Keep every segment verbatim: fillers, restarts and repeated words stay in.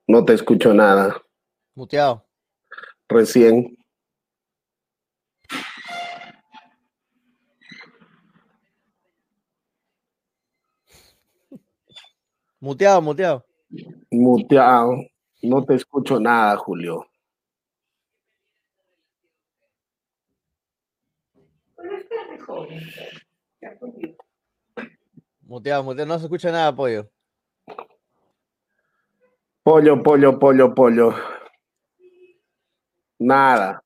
No te escucho nada. Muteado. Recién. Muteado, muteado. Muteado. No te escucho nada, Julio. Muteado, muteado. No se escucha nada, pollo. Pollo, pollo, pollo, pollo. Nada.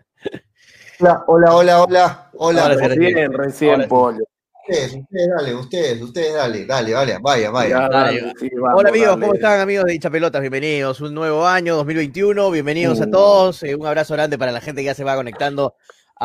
Hola, hola, hola, hola, hola. Ahora sí, ahora sí. Recién, recién, Ahora sí. pollo. Ustedes, ustedes, dale, ustedes, ustedes, dale, dale, vale, vaya, vaya. Ya, Dale, dale, va. sí, Hola vamos, amigos, ¿cómo dale. están amigos de Hinchapelotas? Bienvenidos, un nuevo año, dos mil veintiuno, bienvenidos a Mm. todos, eh, un abrazo grande para la gente que ya se va conectando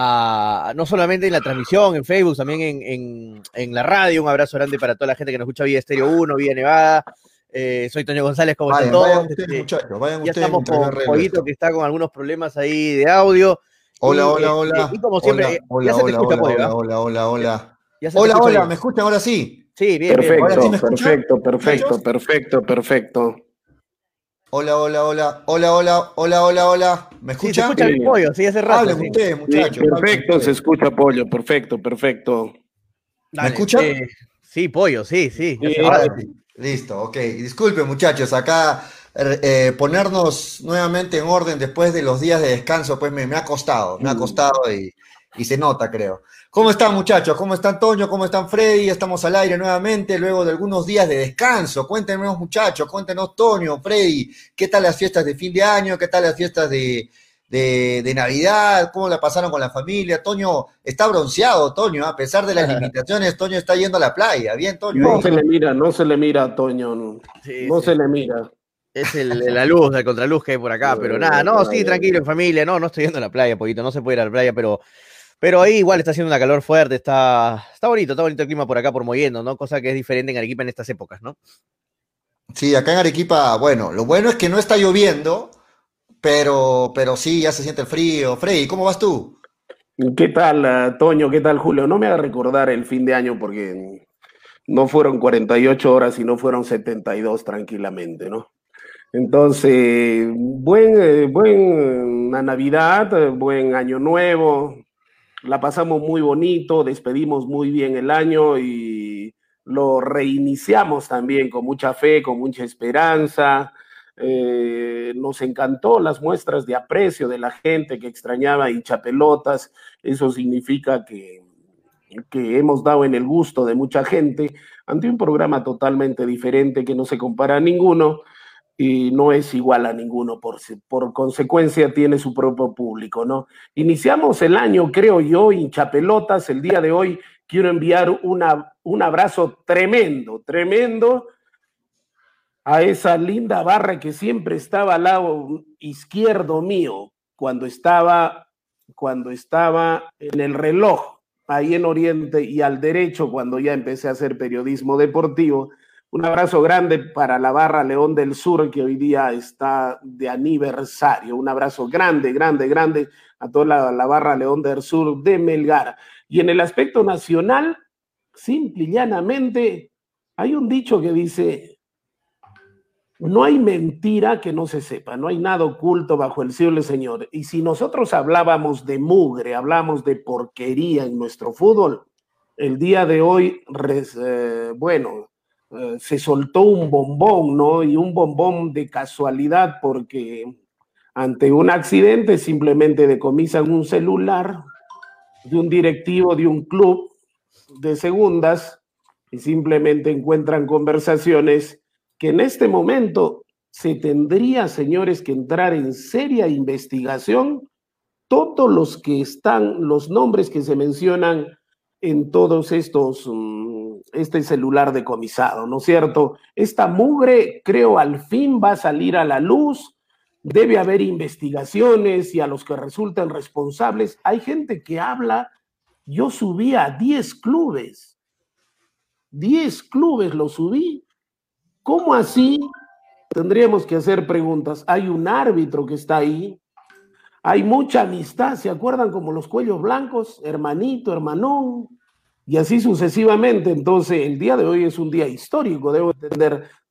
a, no solamente en la transmisión, en Facebook, también en, en, en la radio, un abrazo grande para toda la gente que nos escucha vía Estéreo uno, vía Nevada, eh, soy Toño González, ¿cómo están Vayan, vayan todos? ustedes, Este, muchachos, vayan ya ustedes estamos mientras yo con arreglo Pollito esto. que está con algunos problemas ahí de audio, Hola, y, hola, este, y hola, como siempre, hola, eh, ya hola, se te hola, escucha, hola, Pollo, hola, ¿ah? hola, hola, Ya, hola. ya se te Hola, escucha hola, bien. ¿me escuchan ahora sí? Sí, bien, bien, ¿Ahora sí Perfecto, me escuchan, perfecto, perfecto, muchachos? perfecto, perfecto. Hola, hola, hola, hola, hola, hola, hola, hola. ¿Me sí, se escuchan? escucha bien, Sí, Pollo, sí, hace rato, Hablen sí. ustedes, sí, muchachos, hablen perfecto, se ustedes. escucha, pollo. Perfecto, perfecto. ¿Me Dale, escuchan? eh, sí, Pollo, sí, sí, hace Sí, Ahora rato. sí, listo, ok. Disculpen muchachos, acá eh, eh, ponernos nuevamente en orden después de los días de descanso, pues me, me ha costado, me ha mm, costado y, y se nota, creo. ¿Cómo están muchachos? ¿Cómo están Toño? ¿Cómo están Freddy? Estamos al aire nuevamente luego de algunos días de descanso. Cuéntenos muchachos, cuéntenos Toño, Freddy, ¿qué tal las fiestas de fin de año? ¿Qué tal las fiestas de, de, de Navidad? ¿Cómo la pasaron con la familia? Toño está bronceado, Toño, a pesar de las limitaciones, Toño está yendo a la playa. Bien, Toño, no ahí. se le mira, no se le mira a Toño. No, Sí, no sí. se le mira. Es el, la luz, la contraluz que hay por acá, pero nada, Eh, no, sí, ay, tranquilo, en familia, no, no estoy yendo a la playa, poquito, no se puede ir a la playa, pero, pero ahí igual está haciendo una calor fuerte, está, está bonito, está bonito el clima por acá, por Mollendo, ¿no? Cosa que es diferente en Arequipa en estas épocas, ¿no? Sí, acá en Arequipa, bueno, lo bueno es que no está lloviendo, pero, pero sí, ya se siente el frío. Freddy, ¿cómo vas tú? ¿qué tal, ah, Toño? ¿Qué tal, Julio? No me haga recordar el fin de año porque no fueron cuarenta y ocho horas, sino fueron setenta y dos tranquilamente, ¿no? Entonces, buen, eh, buena Navidad, eh, buen año nuevo, la pasamos muy bonito, despedimos muy bien el año y lo reiniciamos también con mucha fe, con mucha esperanza. Eh, nos encantó las muestras de aprecio de la gente que extrañaba hinchapelotas. Eso significa que, que hemos dado en el gusto de mucha gente ante un programa totalmente diferente que no se compara a ninguno y no es igual a ninguno, por, por consecuencia tiene su propio público, ¿no? Iniciamos el año, creo yo, hinchapelotas, el día de hoy quiero enviar una, un abrazo tremendo, tremendo a esa linda barra que siempre estaba al lado izquierdo mío, cuando estaba, cuando estaba en el reloj, ahí en Oriente, y al derecho, cuando ya empecé a hacer periodismo deportivo. Un abrazo grande para la barra León del Sur, que hoy día está de aniversario. Un abrazo grande, grande, grande a toda la, la barra León del Sur de Melgar. Y en el aspecto nacional, simple y llanamente, hay un dicho que dice, no hay mentira que no se sepa, no hay nada oculto bajo el cielo, Señor. Y si nosotros hablábamos de mugre, hablamos de porquería en nuestro fútbol, el día de hoy, eh, bueno, eh, se soltó un bombón, ¿no? Y un bombón de casualidad porque ante un accidente simplemente decomisan un celular de un directivo de un club de segundas y simplemente encuentran conversaciones que en este momento se tendría, señores, que entrar en seria investigación todos los que están, los nombres que se mencionan en todos estos, um, este celular decomisado, ¿no es cierto? Esta mugre, creo, al fin va a salir a la luz, debe haber investigaciones y a los que resulten responsables, hay gente que habla, yo subí a diez clubes, diez clubes lo subí, ¿cómo así? Tendríamos que hacer preguntas, hay un árbitro que está ahí, hay mucha amistad, ¿se acuerdan como los cuellos blancos? Hermanito, hermanón, y así sucesivamente. Entonces, el día de hoy es un día histórico, debo entender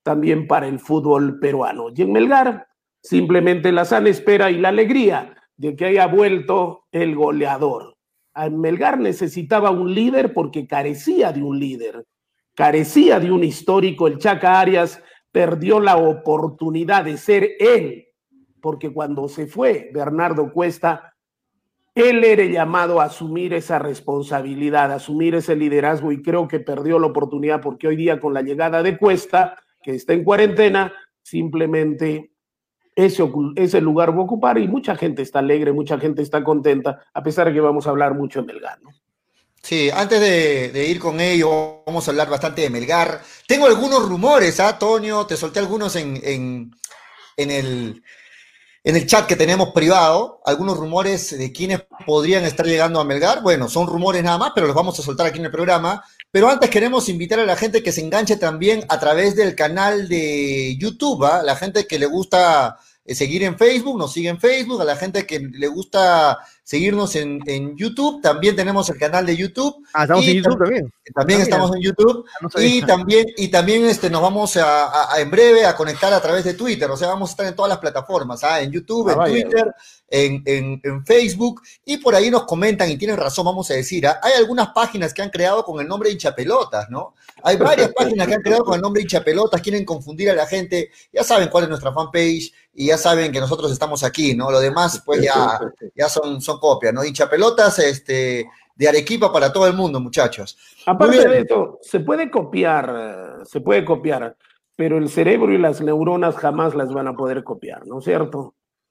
también para el fútbol peruano. Y en Melgar, simplemente la sana espera y la alegría de que haya vuelto el goleador. Melgar necesitaba un líder porque carecía de un líder, carecía de un histórico. El Chaca Arias perdió la oportunidad de ser él, porque cuando se fue Bernardo Cuesta, él era llamado a asumir esa responsabilidad, a asumir ese liderazgo, y creo que perdió la oportunidad porque hoy día, con la llegada de Cuesta, que está en cuarentena, simplemente ese, ese lugar va a ocupar, y mucha gente está alegre, mucha gente está contenta, a pesar de que vamos a hablar mucho de Melgar, ¿no? Sí, antes de, de ir con ello, vamos a hablar bastante de Melgar. Tengo algunos rumores, ¿ah, Toño? Te solté algunos en, en, en, el, en el chat que tenemos privado, algunos rumores de quiénes podrían estar llegando a Melgar. Bueno, son rumores nada más, pero los vamos a soltar aquí en el programa. Pero antes queremos invitar a la gente que se enganche también a través del canal de YouTube, ¿ah? La gente que le gusta seguir en Facebook, nos sigue en Facebook. A la gente que le gusta seguirnos en, en YouTube, también tenemos el canal de YouTube. Ah, estamos en YouTube también. También ah, estamos en YouTube. No y también, y también este, nos vamos a, a, a en breve a conectar a través de Twitter. O sea, vamos a estar en todas las plataformas, ¿ah? En YouTube, ah, en vaya. Twitter, en, en, en Facebook. Y por ahí nos comentan, y tienen razón, vamos a decir, ¿ah? Hay algunas páginas que han creado con el nombre de Hinchapelotas, ¿no? Hay varias páginas que han creado con el nombre de Hinchapelotas, quieren confundir a la gente. Ya saben cuál es nuestra fanpage y ya saben que nosotros estamos aquí, ¿no? Lo demás, pues ya, ya son, son copias, ¿no? Hinchapelotas, este, de Arequipa para todo el mundo, muchachos. Aparte de eso, se puede copiar, se puede copiar, pero el cerebro y las neuronas jamás las van a poder copiar, ¿no es cierto?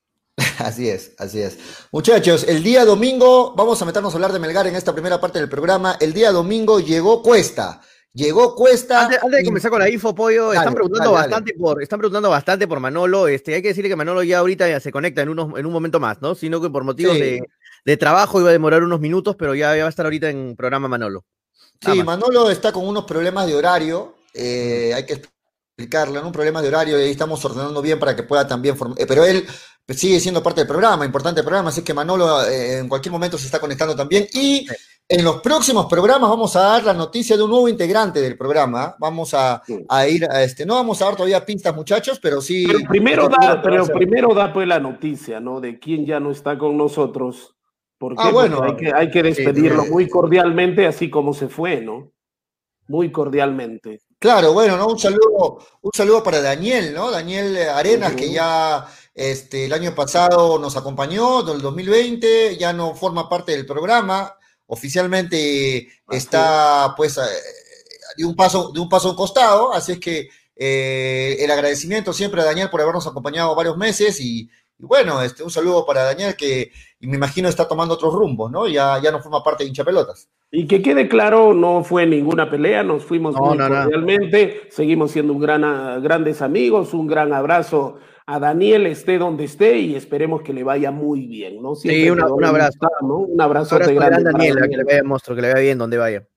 Así es, así es. Muchachos, el día domingo, vamos a meternos a hablar de Melgar en esta primera parte del programa. El día domingo llegó Cuesta. Llegó Cuesta. Antes, antes de comenzar con la info, Pollo, dale, están preguntando dale, bastante dale. por, están preguntando bastante por Manolo. Este, hay que decirle que Manolo ya ahorita ya se conecta en unos, en un momento más, ¿no? Sino que por motivos sí. de, de trabajo iba a demorar unos minutos, pero ya, ya va a estar ahorita en programa Manolo. Nada sí, más. Manolo está con unos problemas de horario. Eh, hay que explicarle, ¿no? Un problema de horario, y ahí estamos ordenando bien para que pueda también formar. Eh, pero él sigue siendo parte del programa, importante programa, así que Manolo eh, en cualquier momento se está conectando también. Y sí. En los próximos programas vamos a dar la noticia de un nuevo integrante del programa. Vamos a, a ir a este, no vamos a dar todavía pistas, muchachos, pero sí. Pero primero da, pero primero da pues la noticia, ¿no? De quién ya no está con nosotros. ¿Por qué? Ah, bueno, Porque hay que, hay que despedirlo sí, muy cordialmente, así como se fue, ¿no? Muy cordialmente. Claro, bueno, ¿no? Un saludo, un saludo para Daniel, ¿no? Daniel Arenas, uh-huh. que ya este, el año pasado nos acompañó, del dos mil veinte, ya no forma parte del programa. Oficialmente está pues de un paso de un paso a un costado, así es que eh, el agradecimiento siempre a Daniel por habernos acompañado varios meses y, y bueno, este, un saludo para Daniel que me imagino está tomando otros rumbos, ¿no? Ya, ya no forma parte de Hinchapelotas. Y que quede claro, no fue ninguna pelea, nos fuimos no, muy no, cordialmente, no. Seguimos siendo un gran, grandes amigos, un gran abrazo a Daniel, esté donde esté, y esperemos que le vaya muy bien, ¿no? Siempre sí, una, un abrazo. Estar, ¿no? Un abrazo, un abrazo grande a Daniel, que le vaya monstruo, que le vaya bien donde vaya.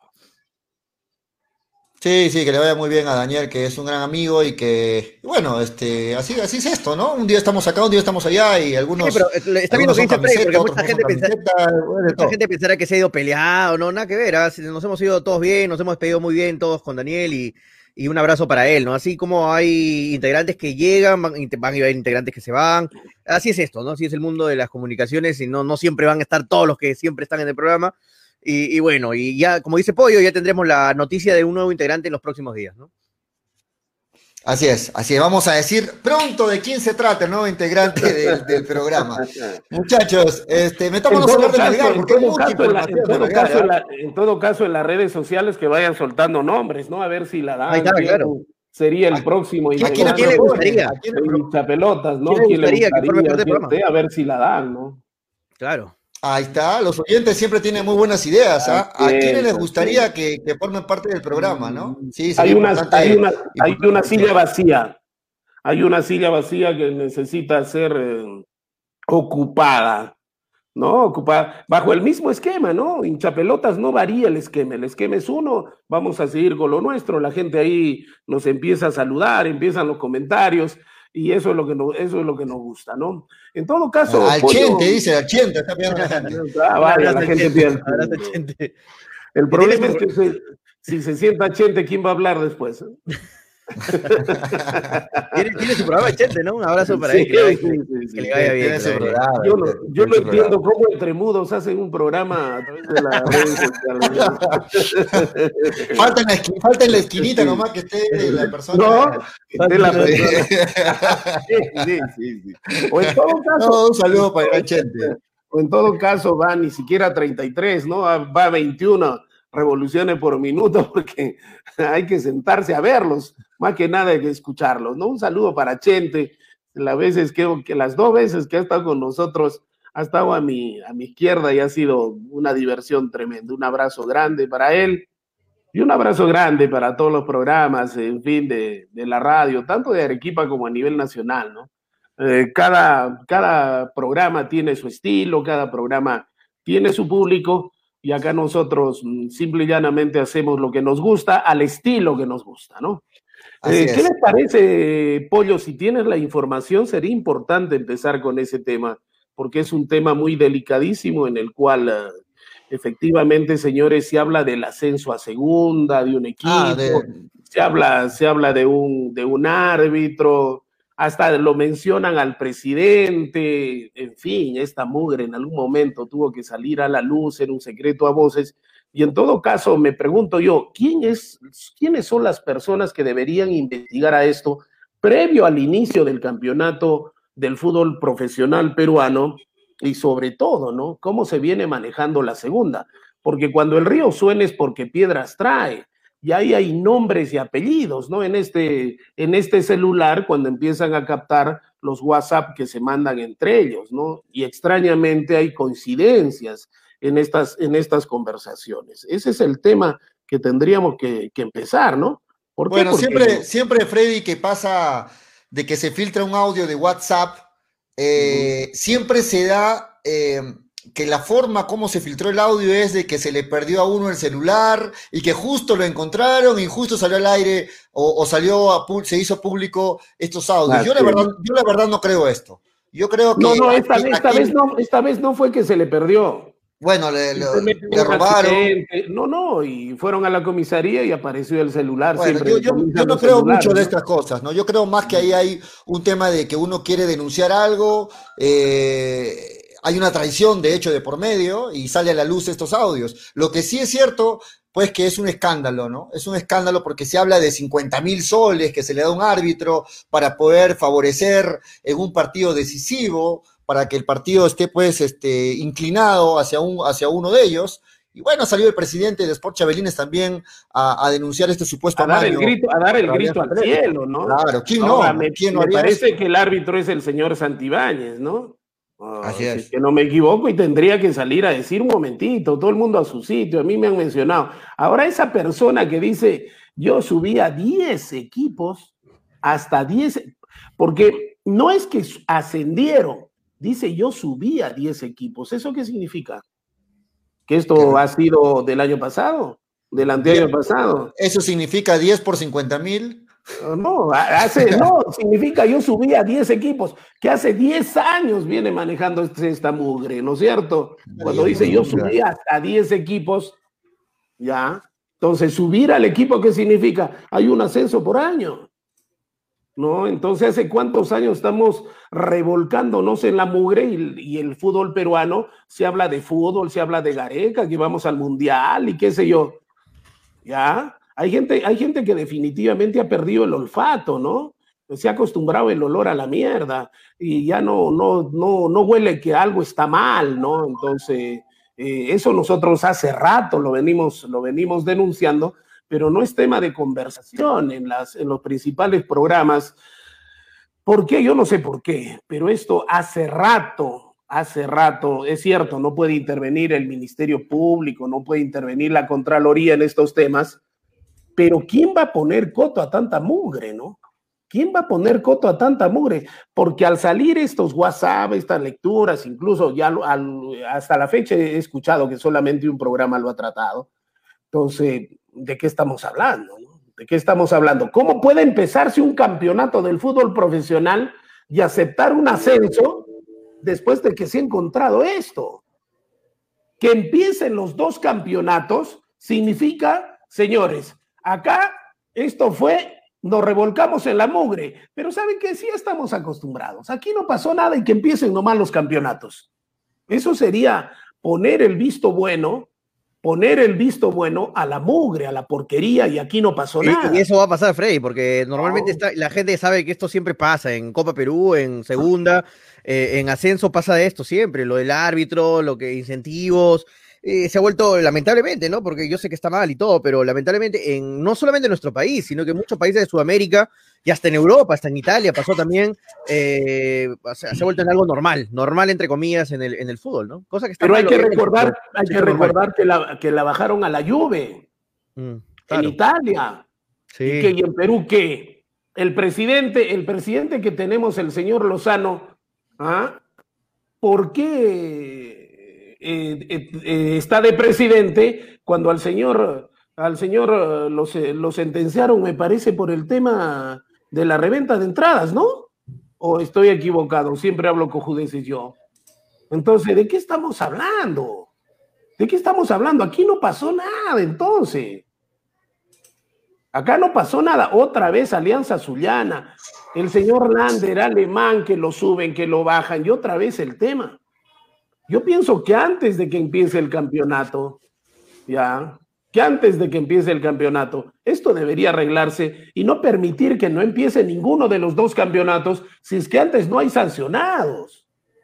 Sí, sí, que le vaya muy bien a Daniel, que es un gran amigo y que, bueno, este, así, así es esto, ¿no? Un día estamos acá, un día estamos allá y algunos... Sí, pero está viendo que dice Frey, porque mucha, gente, pensar, bueno, mucha gente pensará que se ha ido peleado, no, nada que ver, ¿eh? Nos hemos ido todos bien, nos hemos despedido muy bien todos con Daniel y... Y un abrazo para él, ¿no? Así como hay integrantes que llegan, van, van a haber integrantes que se van. Así es esto, ¿no? Así es el mundo de las comunicaciones y no, no siempre van a estar todos los que siempre están en el programa. Y, y bueno, y ya, como dice Pollo, ya tendremos la noticia de un nuevo integrante en los próximos días, ¿no? Así es, así es. Vamos a decir pronto de quién se trata el nuevo integrante del, del programa. Muchachos, este, metámonos a hablar de Melgar, porque hay mucha información de Melgar. En todo caso, en las redes sociales que vayan soltando nombres, ¿no? A ver si la dan. Ahí está, claro. Sería el próximo. ¿A quién, ¿a quién le gustaría? Hinchapelotas, ¿no? ¿Quién le gustaría que forme parte del programa? A ver si la dan, ¿no? Claro. Ahí está, los oyentes siempre tienen muy buenas ideas, ¿ah? ¿A quiénes les gustaría que, que formen parte del programa, no? Sí, hay una, hay una, hay una silla vacía, hay una silla vacía que necesita ser eh, ocupada, ¿no? Ocupada, bajo el mismo esquema, ¿no? Hinchapelotas no varía el esquema, el esquema es uno, vamos a seguir con lo nuestro, la gente ahí nos empieza a saludar, empiezan los comentarios, y eso es lo que nos, eso es lo que nos gusta, ¿no? En todo caso... Al Chente, dice, al Chente, está pidiendo la gente. Ah, vale, la gente pide el problema es que se, si se sienta Chente, ¿quién va a hablar después? tiene, tiene su programa Chente, ¿no? Un abrazo para Sí, él, que, le vaya- sí, sí, que sí. le vaya bien. Tiene que su le vaya bien. programa, Yo no, tiene- yo tiene no su entiendo cómo entre mudos hacen un programa a través de las redes sociales. Falta en la, esqui- falta en la esquinita Sí. nomás que esté la persona. No, que esté la Sí. persona. Sí, sí, sí, sí. O en todo caso, No, un saludo para el gran Chente. o en todo caso va ni siquiera a treinta y tres, ¿no? Va a veintiuna revoluciones por minuto porque hay que sentarse a verlos, más que nada hay que escucharlos, ¿no? Un saludo para Chente, las veces que, que las dos veces que ha estado con nosotros, ha estado a mi, a mi izquierda y ha sido una diversión tremenda. Un abrazo grande para él y un abrazo grande para todos los programas, en fin, de, de la radio, tanto de Arequipa como a nivel nacional, ¿no? Eh, cada, cada programa tiene su estilo, cada programa tiene su público y acá nosotros mm, simple y llanamente hacemos lo que nos gusta al estilo que nos gusta, ¿no? Así Eh, ¿Qué es. les parece, Pollo? Si tienes la información, sería importante empezar con ese tema, porque es un tema muy delicadísimo en el cual, eh, efectivamente, señores, se habla del ascenso a segunda, de un Ah, equipo, de, se habla, se habla de un, de un árbitro, hasta lo mencionan al presidente, en fin, esta mugre en algún momento tuvo que salir a la luz, era un secreto a voces. Y en todo caso, me pregunto yo, ¿quién es, ¿quiénes son las personas que deberían investigar a esto previo al inicio del campeonato del fútbol profesional peruano? Y sobre todo, ¿no? ¿Cómo se viene manejando la segunda? Porque cuando el río suena es porque piedras trae. Y ahí hay nombres y apellidos, ¿no? En este, en este celular, cuando empiezan a captar los WhatsApp que se mandan entre ellos, ¿no? Y extrañamente hay coincidencias en estas, en estas conversaciones. Ese es el tema que tendríamos que, que empezar, ¿no? ¿Por qué? bueno, Porque siempre, siempre, Freddy, que pasa de que se filtra un audio de WhatsApp, eh, siempre se da eh, que la forma como se filtró el audio es de que se le perdió a uno el celular y que justo lo encontraron y justo salió al aire o, o salió a, pu- se hizo público estos audios. Yo la Así es. verdad, yo la verdad no creo esto. Yo creo No, que no, esta, aquí, esta aquí, vez no, esta vez no fue que se le perdió. bueno, le, le- Simplemente le hubo un robaron. accidente. No, no, y fueron a la comisaría y apareció el celular. Bueno, Siempre yo, yo, yo decomisan no los creo mucho celulares, de ¿no? estas cosas, ¿no? Yo creo más que ahí hay un tema de que uno quiere denunciar algo, eh, hay una traición de hecho de por medio y sale a la luz estos audios. Lo que sí es cierto, pues que es un escándalo, ¿no? Es un escándalo porque se habla de cincuenta mil soles que se le da a un árbitro para poder favorecer en un partido decisivo, para que el partido esté pues este, inclinado hacia, un, hacia uno de ellos. Y bueno, salió el presidente de Sport Chabelines también a, a denunciar este supuesto A dar el amaño grito, a dar el contra grito Alianza al Atlético. cielo, ¿no? Claro, ¿quién Ahora, no? no? me, ¿Quién no me haría parece eso? que el árbitro es el señor Santibáñez, ¿no? Ah, Así si es es. que no me equivoco y tendría que salir a decir un momentito, todo el mundo a su sitio, a mí me han mencionado. Ahora esa persona que dice, yo subí a diez equipos, hasta diez, porque no es que ascendieron, dice yo subí a diez equipos. ¿Eso qué significa? ¿Que esto Que- ha sido del año pasado? ¿Del anteaño pasado? Eso significa diez por cincuenta mil. No, hace, no, significa yo subí a diez equipos, que hace diez años viene manejando este, esta mugre, ¿no es cierto? Cuando dice yo subí hasta diez equipos, ya, entonces subir al equipo, ¿qué significa? Hay un ascenso por año, ¿no? Entonces, ¿hace cuántos años estamos revolcándonos en la mugre y, y el fútbol peruano? Se habla de fútbol, se habla de Gareca, que vamos al mundial y qué sé yo, ¿ya? Hay gente, hay gente que definitivamente ha perdido el olfato, ¿no? Se ha acostumbrado el olor a la mierda y ya no, no, no, no huele que algo está mal, ¿no? Entonces, eh, eso nosotros hace rato lo venimos, lo venimos denunciando, pero no es tema de conversación en, las, en los principales programas. ¿Por qué? Yo no sé por qué, pero esto hace rato, hace rato, es cierto, no puede intervenir el Ministerio Público, no puede intervenir la Contraloría en estos temas, pero ¿quién va a poner coto a tanta mugre, no? ¿Quién va a poner coto a tanta mugre? Porque al salir estos WhatsApp, estas lecturas, incluso ya al, hasta la fecha he escuchado que solamente un programa lo ha tratado. Entonces, ¿de qué estamos hablando? ¿No? ¿De qué estamos hablando? ¿Cómo puede empezarse un campeonato del fútbol profesional y aceptar un ascenso después de que se ha encontrado esto? Que empiecen los dos campeonatos significa, señores, acá esto fue nos revolcamos en la mugre, pero ¿saben qué? Sí estamos acostumbrados. Aquí no pasó nada y que empiecen nomás los campeonatos. Eso sería poner el visto bueno, poner el visto bueno a la mugre, a la porquería, y aquí no pasó nada. Y eso va a pasar, Freddy, porque normalmente No. está, la gente sabe que esto siempre pasa en Copa Perú, en segunda, eh, en ascenso pasa de esto siempre, lo del árbitro, lo que incentivos, eh, se ha vuelto lamentablemente, ¿no? Porque yo sé que está mal y todo, pero lamentablemente en no solamente en nuestro país, sino que en muchos países de Sudamérica y hasta en Europa, hasta en Italia pasó también, eh, o sea, se ha vuelto en algo normal, normal entre comillas en el, en el fútbol, ¿no? Cosa que está Pero mal, hay que obviamente, recordar, pero hay sí que está normal. recordar que la, que la bajaron a la Juve Mm, en claro, Italia. sí. ¿Y que y en Perú qué? El presidente, el presidente que tenemos, el señor Lozano, ¿ah? ¿Por qué eh, eh, eh, está de presidente cuando al señor, al señor eh, lo, se- lo sentenciaron, me parece, por el tema de la reventa de entradas, ¿no? ¿O estoy equivocado? Siempre hablo cojudeces yo. Entonces, ¿de qué estamos hablando? ¿De qué estamos hablando? Aquí no pasó nada, entonces. Acá no pasó nada. Otra vez Alianza Zuliana, el señor Lander, alemán, que lo suben, que lo bajan, y otra vez el tema. Yo pienso que antes de que empiece el campeonato, ya, que antes de que empiece el campeonato, esto debería arreglarse y no permitir que no empiece ninguno de los dos campeonatos si es que antes no hay sancionados.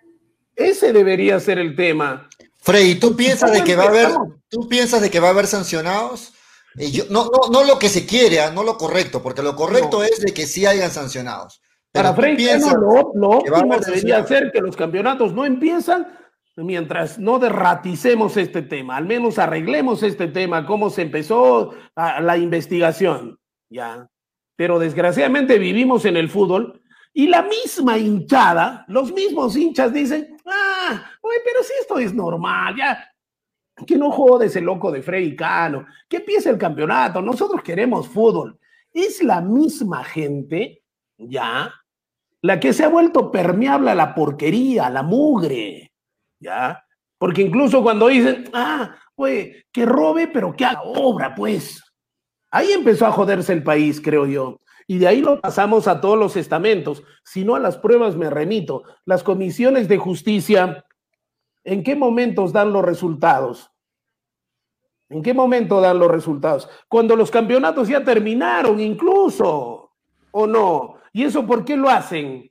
Ese debería ser el tema. Freddy, ¿tú piensas de que va a haber, Empezamos. tú piensas de que va a haber sancionados? Eh, yo, no, no, no lo que se quiere, ah, no lo correcto, porque lo correcto No. es de que sí hayan sancionados. Pero Para tú Frei piensas Cano, lo, lo que va a óptimo haber debería sancionados. ser que los campeonatos no empiezan mientras no derraticemos este tema, al menos arreglemos este tema, cómo se empezó a, la investigación, ya. Pero desgraciadamente vivimos en el fútbol y la misma hinchada, los mismos hinchas dicen, ah, oye, pero si esto es normal, ya, que no jodes el loco de Freddy Cano, que empiece el campeonato, nosotros queremos fútbol. Es la misma gente, ya, la que se ha vuelto permeable a la porquería, a la mugre, ¿ya? Porque incluso cuando dicen, ah, pues, que robe, pero que haga obra, pues. Ahí empezó a joderse el país, creo yo. Y de ahí lo pasamos a todos los estamentos. Si no, a las pruebas me remito. Las comisiones de justicia, ¿en qué momentos dan los resultados? ¿En qué momento dan los resultados? Cuando los campeonatos ya terminaron, incluso, ¿o no? ¿Y eso por qué lo hacen?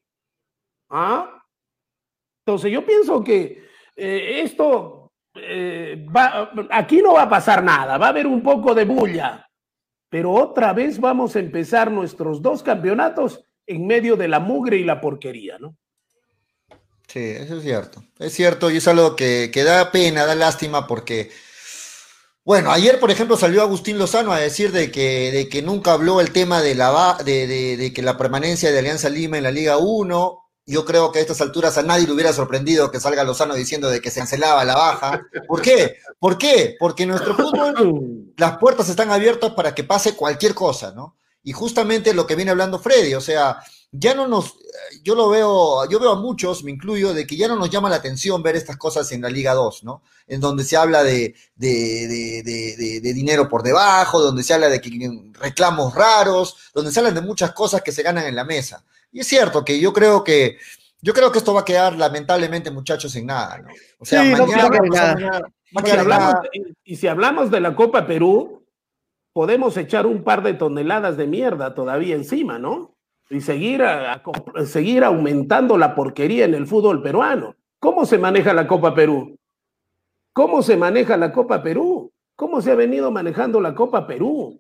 ¿Ah? Entonces yo pienso que eh, esto, eh, va, aquí no va a pasar nada, va a haber un poco de bulla, pero otra vez vamos a empezar nuestros dos campeonatos en medio de la mugre y la porquería, ¿no? Sí, eso es cierto. Es cierto y es algo que, que da pena, da lástima porque, bueno, ayer por ejemplo salió Agustín Lozano a decir de que, de que nunca habló el tema de, la, de, de, de que la permanencia de Alianza Lima en la Liga uno. Yo creo que a estas alturas a nadie le hubiera sorprendido que salga Lozano diciendo de que se cancelaba la baja. ¿Por qué? ¿Por qué? Porque en nuestro fútbol las puertas están abiertas para que pase cualquier cosa, ¿no? Y justamente lo que viene hablando Freddy, o sea, ya no nos, yo lo veo, yo veo a muchos, me incluyo, de que ya no nos llama la atención ver estas cosas en la Liga dos, ¿no? En donde se habla de, de, de, de, de, de dinero por debajo, donde se habla de que reclamos raros, donde se hablan de muchas cosas que se ganan en la mesa. Y es cierto que yo creo que yo creo que esto va a quedar lamentablemente, muchachos, en nada, ¿no? O sea, Sí, no mañana, creo que pasado nada. mañana, va a Y si, quedar en hablamos, nada. y si hablamos de la Copa Perú, podemos echar un par de toneladas de mierda todavía encima, ¿no? Y seguir, a, a, seguir aumentando la porquería en el fútbol peruano. ¿Cómo se maneja la Copa Perú? ¿Cómo se maneja la Copa Perú? ¿Cómo se ha venido manejando la Copa Perú?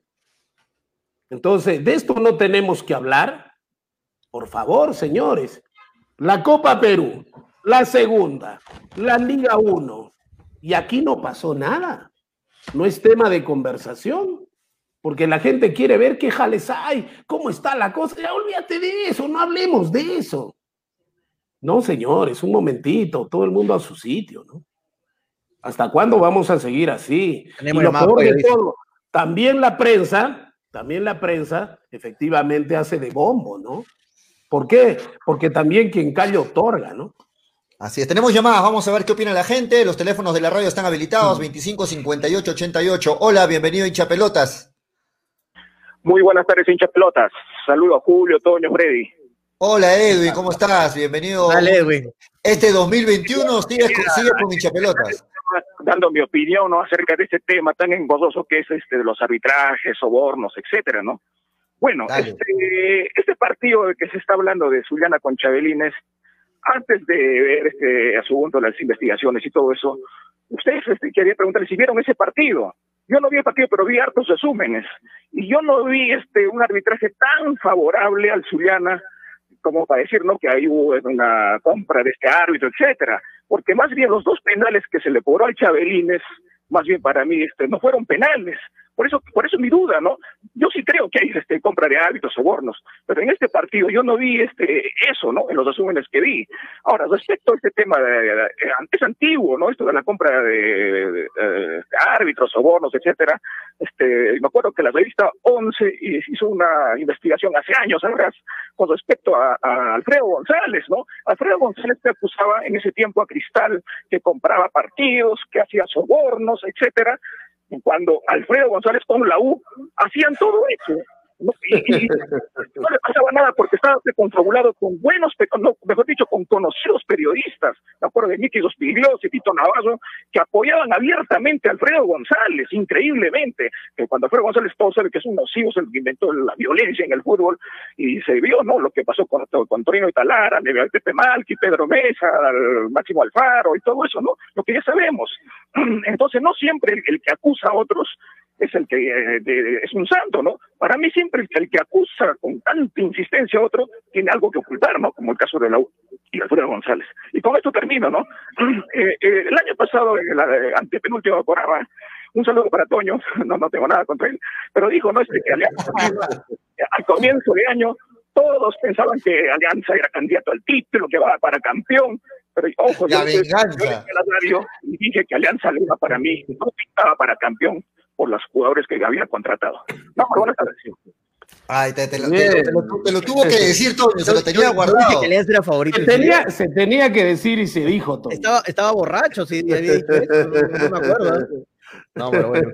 Entonces, de esto no tenemos que hablar. Por favor, señores. La Copa Perú, la segunda, la Liga uno. Y aquí no pasó nada. No es tema de conversación. Porque la gente quiere ver qué jales hay, cómo está la cosa. Ya olvídate de eso, no hablemos de eso. No, señores, un momentito, todo el mundo a su sitio, ¿no? ¿Hasta cuándo vamos a seguir así? Tenemos Y lo llamado, peor de dice. todo, también la prensa, también la prensa efectivamente hace de bombo, ¿no? ¿Por qué? Porque también quien calla otorga, ¿no? Así es, tenemos llamadas, vamos a ver qué opina la gente. Los teléfonos de la radio están habilitados, veinticinco cincuenta y ocho ochenta y ocho. Hola, bienvenido hincha pelotas. Muy buenas tardes, hinchas pelotas. Saludos a Julio, Toño, Freddy. Hola Edwin, ¿cómo estás? Bienvenido. Dale, Edwin. Este dos mil veintiuno sigues con, sigues con hinchapelotas. Dando mi opinión, ¿no?, acerca de este tema tan engorroso que es este de los arbitrajes, sobornos, etcétera, ¿no? Bueno, este, este partido de que se está hablando de Zuliana con Chabelines, antes de ver este asunto, las investigaciones y todo eso, ustedes este, quería preguntarles si vieron ese partido. Yo no vi el partido, pero vi hartos resúmenes. Y yo no vi este un arbitraje tan favorable al Zuliana como para decir, ¿no?, que ahí hubo una compra de este árbitro, etcétera. Porque más bien los dos penales que se le cobró al Chabelines, más bien para mí, este, no fueron penales. Por eso, por eso mi duda, ¿no? Yo sí creo que hay este, compra de árbitros, sobornos, pero en este partido yo no vi este eso, ¿no?, en los resúmenes que vi. Ahora, respecto a este tema, de, de, de, es antiguo, ¿no?, esto de la compra de, de, de, de árbitros, sobornos, etcétera. Este, me acuerdo que la revista once hizo una investigación hace años atrás con respecto a, a Alfredo González, ¿no? Alfredo González te acusaba en ese tiempo a Cristal que compraba partidos, que hacía sobornos, etcétera. Cuando Alfredo González con la U hacían todo eso, ¿no? Y, y no le pasaba nada porque estaba confabulado con buenos, no, mejor dicho, con conocidos periodistas. Me acuerdo de Miki Dospigliosi y Tito Navarro, que apoyaban abiertamente a Alfredo González, increíblemente. Que cuando Alfredo González, todos saben que es un nocivo, es el que inventó la violencia en el fútbol, y se vio, ¿no?, lo que pasó con, con Torino y Talara, Pepe Malqui, Pedro Mesa, Máximo Alfaro y todo eso, ¿no? Lo que ya sabemos. Entonces, no siempre el, el que acusa a otros es el que eh, de, es un santo, ¿no? Para mí siempre el, el que acusa con tanta insistencia a otro tiene algo que ocultar, ¿no? Como el caso de la U y Alfredo González. Y con esto termino, ¿no? Eh, eh, el año pasado, en la eh, antepenúltima programa, un saludo para Toño, no, no tengo nada contra él, pero dijo, ¿no?, este, que Alianza, al comienzo de año, todos pensaban que Alianza era candidato al título, que va para campeón, pero ojo, la yo, venganza. yo en la radio y dije que Alianza le iba para mí, no pintaba para campeón por los jugadores que había contratado. No, pero buenas tardes. Ay, te, te, lo, te, te, lo, te lo tuvo que decir, Toño, se lo tenía yo, guardado. Yo dije que Alianza era favorito. Se tenía, se tenía que decir y se dijo, Toño. Estaba, estaba borracho, sí, había dicho eso, no, no me acuerdo. No, pero bueno.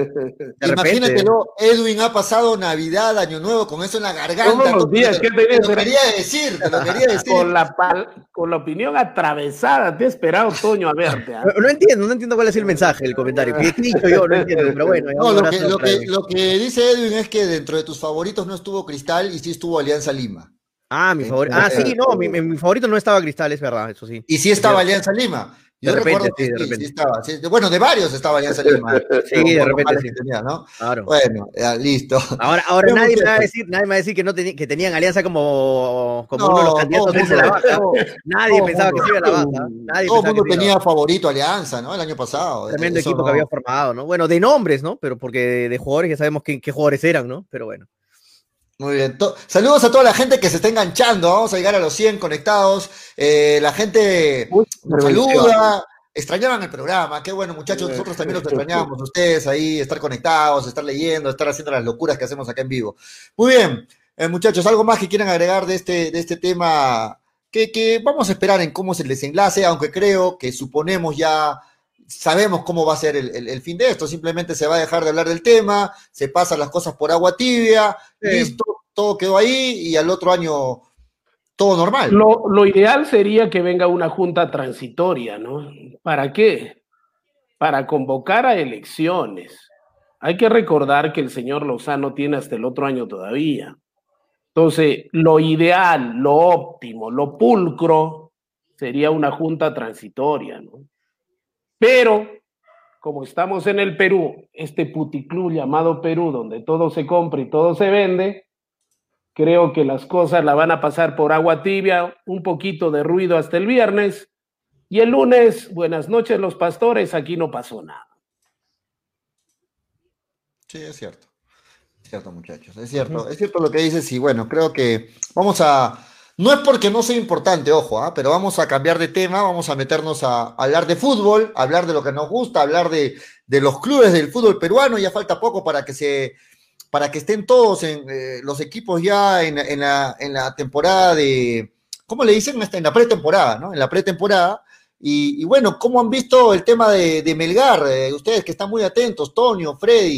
Imagínatelo, Edwin ha pasado Navidad, Año Nuevo, con eso en la garganta. Todos los días, ¿qué te, te lo quería decir, te lo quería decir. Con la, con la opinión atravesada, te he esperado, Toño, a verte. ¿eh? No, no entiendo, no entiendo cuál es el mensaje, el comentario. ¿Qué he dicho yo? No entiendo, pero bueno. No, lo, que, lo, que, lo que dice Edwin es que dentro de tus favoritos no estuvo Cristal y sí estuvo Alianza Lima. Ah, mi favorito. Ah, sí, no, mi, mi favorito no estaba Cristal, es verdad, eso sí. Y sí estaba Alianza Lima. Yo de repente, recuerdo sí, que de sí, repente. sí estaba. Sí, bueno, de varios estaba Alianza Lima. Sí, de repente sí. Tenía, ¿no? Claro. Bueno, ya, listo. Ahora, ahora nadie, me va a decir, nadie me va a decir que, no teni que tenían Alianza como, como no, uno de los candidatos no, de la baja. No, nadie no, pensaba no, que se iba a la baja. Nadie todo el mundo tenía favorito Alianza, ¿no? El año pasado. Tremendo equipo que había formado, ¿no? Bueno, de nombres, ¿no? Pero porque de, de jugadores ya sabemos qué, qué jugadores eran, ¿no? Pero bueno. Muy bien. To Saludos a toda la gente que se está enganchando. Vamos a llegar a los cien conectados. Eh, la gente Uy, saluda. Extrañaban el programa. Qué bueno, muchachos. Nosotros también los extrañamos. Ustedes ahí, estar conectados, estar leyendo, estar haciendo las locuras que hacemos acá en vivo. Muy bien. Eh, muchachos, ¿algo más que quieran agregar de este, de este tema? Que, que vamos a esperar en cómo es el desenlace, aunque creo que suponemos ya... Sabemos cómo va a ser el, el, el fin de esto, simplemente se va a dejar de hablar del tema, se pasan las cosas por agua tibia, sí. Listo, todo quedó ahí y al otro año todo normal. Lo, lo ideal sería que venga una junta transitoria, ¿no? ¿Para qué? Para convocar a elecciones. Hay que recordar que el señor Lozano tiene hasta el otro año todavía. Entonces, lo ideal, lo óptimo, lo pulcro sería una junta transitoria, ¿no? Pero, como estamos en el Perú, este puticlub llamado Perú, donde todo se compra y todo se vende, creo que las cosas la van a pasar por agua tibia, un poquito de ruido hasta el viernes, y el lunes, buenas noches los pastores, aquí no pasó nada. Sí, es cierto. Es cierto, muchachos, es cierto. Uh-huh. Es cierto lo que dices y bueno, creo que vamos a... No es porque no sea importante, ojo, ¿eh? Pero vamos a cambiar de tema, vamos a meternos a, a hablar de fútbol, a hablar de lo que nos gusta, a hablar de, de los clubes del fútbol peruano. Ya falta poco para que se, para que estén todos en eh, los equipos ya en, en, la, en la temporada de, ¿cómo le dicen? En la pretemporada, ¿no? En la pretemporada. Y, y bueno, ¿cómo han visto el tema de, de Melgar? Eh, ustedes que están muy atentos, Tonio, Freddy,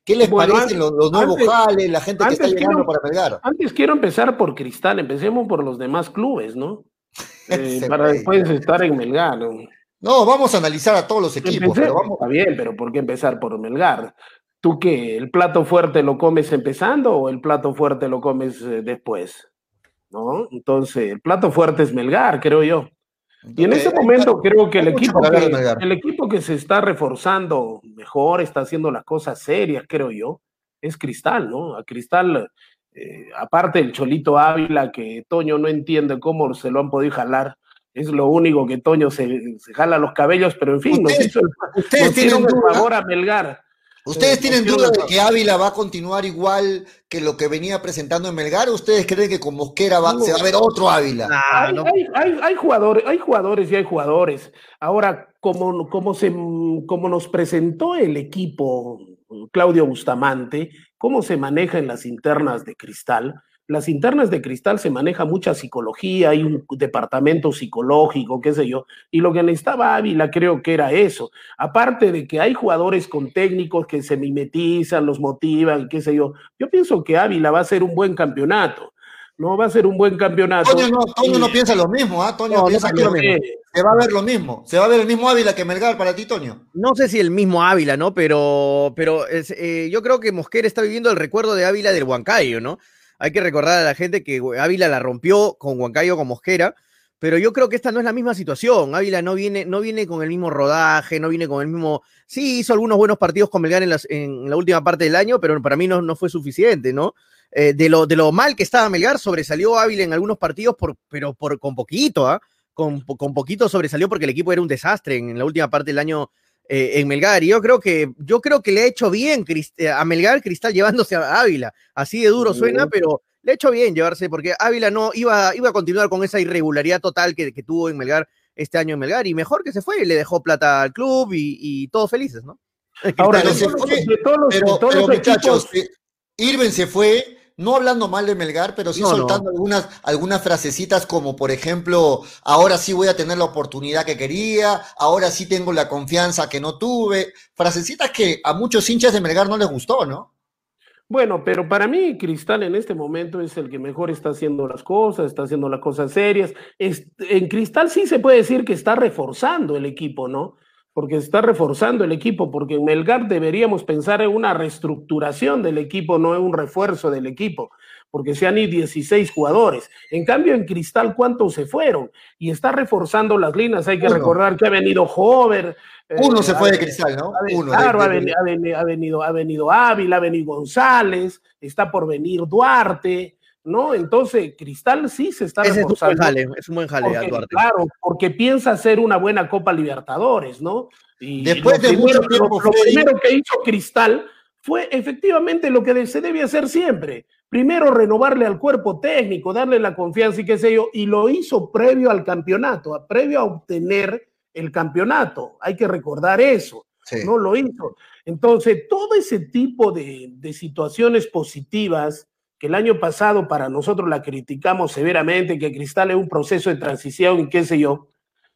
¿Qué les Bueno, parecen los, los nuevos antes- jales, la gente que está antes llegando quiero- para Melgar? Antes quiero empezar por Cristal, empecemos por los demás clubes, ¿no? Eh, Ese para güey. después estar en Melgar, ¿no? No, vamos a analizar a todos los equipos, Empecé- pero vamos. Está bien, pero ¿por qué empezar por Melgar? ¿Tú qué? ¿El plato fuerte lo comes empezando o el plato fuerte lo comes eh, después? ¿No? Entonces, el plato fuerte es Melgar, creo yo. Y en Ok, ese hay- momento creo que el hay mucho equipo para hablar que, de Melgar. el equipo que se está reforzando mejor, está haciendo las cosas serias, creo yo, es Cristal, ¿no? A Cristal, eh, aparte el Cholito Ávila, que Toño no entiende cómo se lo han podido jalar, es lo único que Toño se, se jala los cabellos, pero en fin, nos Ustedes- hizo el, ustedes nos tienen hicieron el duda- favor a Melgar. ¿Ustedes Eh, tienen nos duda hicieron de el que Ávila va a continuar igual que lo que venía presentando en Melgar? ¿O ustedes creen que con Mosquera va- No. se va a ver otro Ávila? Ah, Hay, no. hay, hay, hay jugadores, hay jugadores y hay jugadores. Ahora, como, como, se, como nos presentó el equipo Claudio Bustamante, cómo se maneja en las internas de Cristal. Las internas de Cristal se maneja mucha psicología, hay un departamento psicológico, qué sé yo, y lo que necesitaba Ávila creo que era eso. Aparte de que hay jugadores con técnicos que se mimetizan, los motivan, qué sé yo, yo pienso que Ávila va a ser un buen campeonato. No va a ser un buen campeonato. Toño no, Toño no piensa lo mismo, ¿ah? Toño No, no piensa que pienso lo mismo. se va a ver lo mismo. Se va a ver el mismo Ávila que Melgar para ti, Toño. No sé si el mismo Ávila, ¿no? Pero, pero es, eh, yo creo que Mosquera está viviendo el recuerdo de Ávila del Huancayo, ¿no? Hay que recordar a la gente que Ávila la rompió con Huancayo, con Mosquera, pero yo creo que esta no es la misma situación. Ávila no viene, no viene con el mismo rodaje, no viene con el mismo... Sí, hizo algunos buenos partidos con Melgar en, las, en la última parte del año, pero para mí no, no fue suficiente, ¿no? Eh, de, lo, de lo mal que estaba Melgar, sobresalió Ávila en algunos partidos, por, pero por, con poquito, ¿ah? ¿eh? Con, con poquito sobresalió porque el equipo era un desastre en, en la última parte del año eh, en Melgar. Y yo creo que, yo creo que le ha hecho bien Crist a Melgar Cristal llevándose a Ávila. Así de duro suena, pero le ha hecho bien llevarse, porque Ávila no iba, iba a continuar con esa irregularidad total que, que tuvo en Melgar este año en Melgar. Y mejor que se fue, le dejó plata al club y, y todos felices, ¿no? Ahora, Pero de se todos, fue, de todos los, pero, de todos pero los muchachos, equipos, eh, Irving se fue, no hablando mal de Melgar, pero sí No, soltando no. algunas, algunas frasecitas como, por ejemplo, ahora sí voy a tener la oportunidad que quería, ahora sí tengo la confianza que no tuve. Frasecitas que a muchos hinchas de Melgar no les gustó, ¿no? bueno, pero para mí Cristal en este momento es el que mejor está haciendo las cosas, está haciendo las cosas serias. Es, en Cristal sí se puede decir que está reforzando el equipo, ¿no? Porque está reforzando el equipo, porque en Melgar deberíamos pensar en una reestructuración del equipo, no en un refuerzo del equipo, porque se han ido dieciséis jugadores. En cambio, en Cristal, ¿cuántos se fueron? Y está reforzando las líneas. Hay que Uno. recordar que ha venido Hover. Uno eh, se fue ha- de Cristal, ¿no? ha venido- Uno. Claro, de- ha de- venido, ha venido, ha venido, ha venido Ávila, ha venido González, está por venir Duarte, ¿no? Entonces, Cristal sí se está Ese es un buen reforzando. jale, es un buen jale, Porque, Duarte. claro, porque piensa hacer una buena Copa Libertadores, ¿no? Y Después lo de primero, mucho tiempo, lo, lo Freddy- primero que hizo Cristal fue efectivamente lo que se debe hacer siempre. Primero renovarle al cuerpo técnico, darle la confianza y qué sé yo, y lo hizo previo al campeonato, a- previo a obtener el campeonato. Hay que recordar eso. Sí. No lo hizo. Entonces, todo ese tipo de, de situaciones positivas que el año pasado para nosotros la criticamos severamente, que Cristal es un proceso de transición y qué sé yo,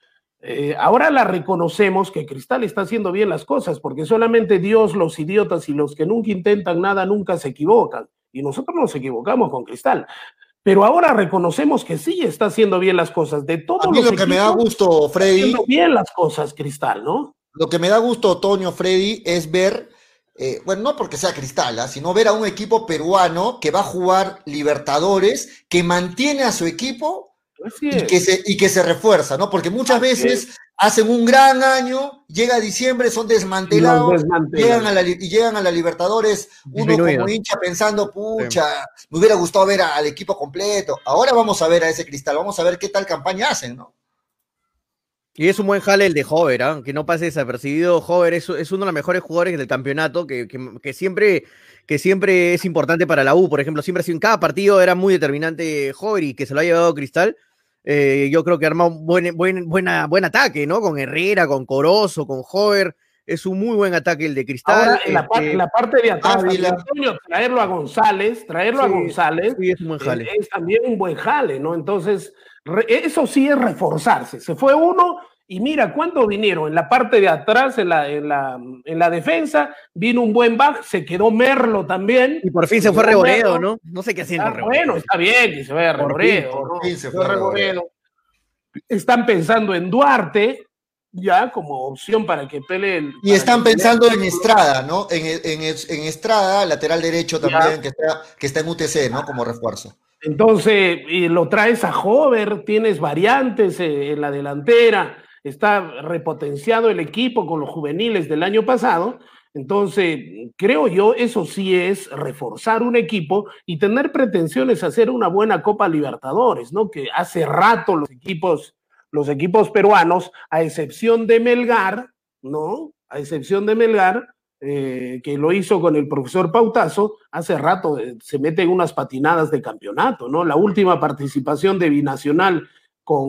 eh, ahora la reconocemos que Cristal está haciendo bien las cosas, porque solamente Dios, los idiotas y los que nunca intentan nada, nunca se equivocan. Y nosotros nos equivocamos con Cristal. Pero ahora reconocemos que sí está haciendo bien las cosas. De todos A mí los lo que me da equipos, gusto, está Freddy, haciendo bien las cosas Cristal, ¿no? lo que me da gusto, Toño, Freddy, es ver, eh, bueno, no porque sea Cristal, ¿ah? Sino ver a un equipo peruano que va a jugar Libertadores, que mantiene a su equipo Así y es. que se, y que se refuerza, ¿no? Porque muchas Así veces hacen un gran año, llega diciembre, son desmantelados, Los desmantelan. llegan a la, li- y llegan a la Libertadores, uno Disminuido. como hincha pensando, pucha, me hubiera gustado ver a- al equipo completo. Ahora vamos a ver a ese Cristal, vamos a ver qué tal campaña hacen, ¿no? Y es un buen jale el de Hover, ¿eh? Que no pase desapercibido. Hover es, es uno de los mejores jugadores del campeonato, que, que, que siempre, que siempre es importante para la U, por ejemplo, siempre ha sido en cada partido, era muy determinante Hover y que se lo ha llevado Cristal. Eh, yo creo que arma un buen, buen, buena, buen ataque, ¿no? Con Herrera, con Corozo, con Hover. Es un muy buen ataque el de Cristal. Ahora, en la, par- este, en la parte de atrás, Ávila. Antonio, traerlo a González, traerlo a Sí, González, sí, es un buen jale. es, es también un buen jale, ¿no? Entonces, re- eso sí es reforzarse. Se fue uno Y mira, ¿cuánto vinieron? En la parte de atrás, en la, en la, en la defensa, vino un buen back, se quedó Merlo también. Y por fin se, se fue Reboredo, ¿no? No sé qué haciendo ah, Bueno, está bien que se vaya Reboredo. Por, por fin se fue Reboredo. Están pensando en Duarte, ya como opción para que pelee. Y están pensando en Estrada, ¿no? En, en, en Estrada, lateral derecho también, que está, que está en U T C, ¿no? Como refuerzo. Entonces, y lo traes a Hover, tienes variantes en la delantera, está repotenciado el equipo con los juveniles del año pasado. Entonces, creo yo, eso sí es reforzar un equipo y tener pretensiones a hacer una buena Copa Libertadores, ¿no? Que hace rato los equipos, los equipos peruanos, a excepción de Melgar, ¿no? A excepción de Melgar, eh, que lo hizo con el profesor Pautazo, hace rato eh, se meten unas patinadas de campeonato, ¿no? La última participación de Binacional con,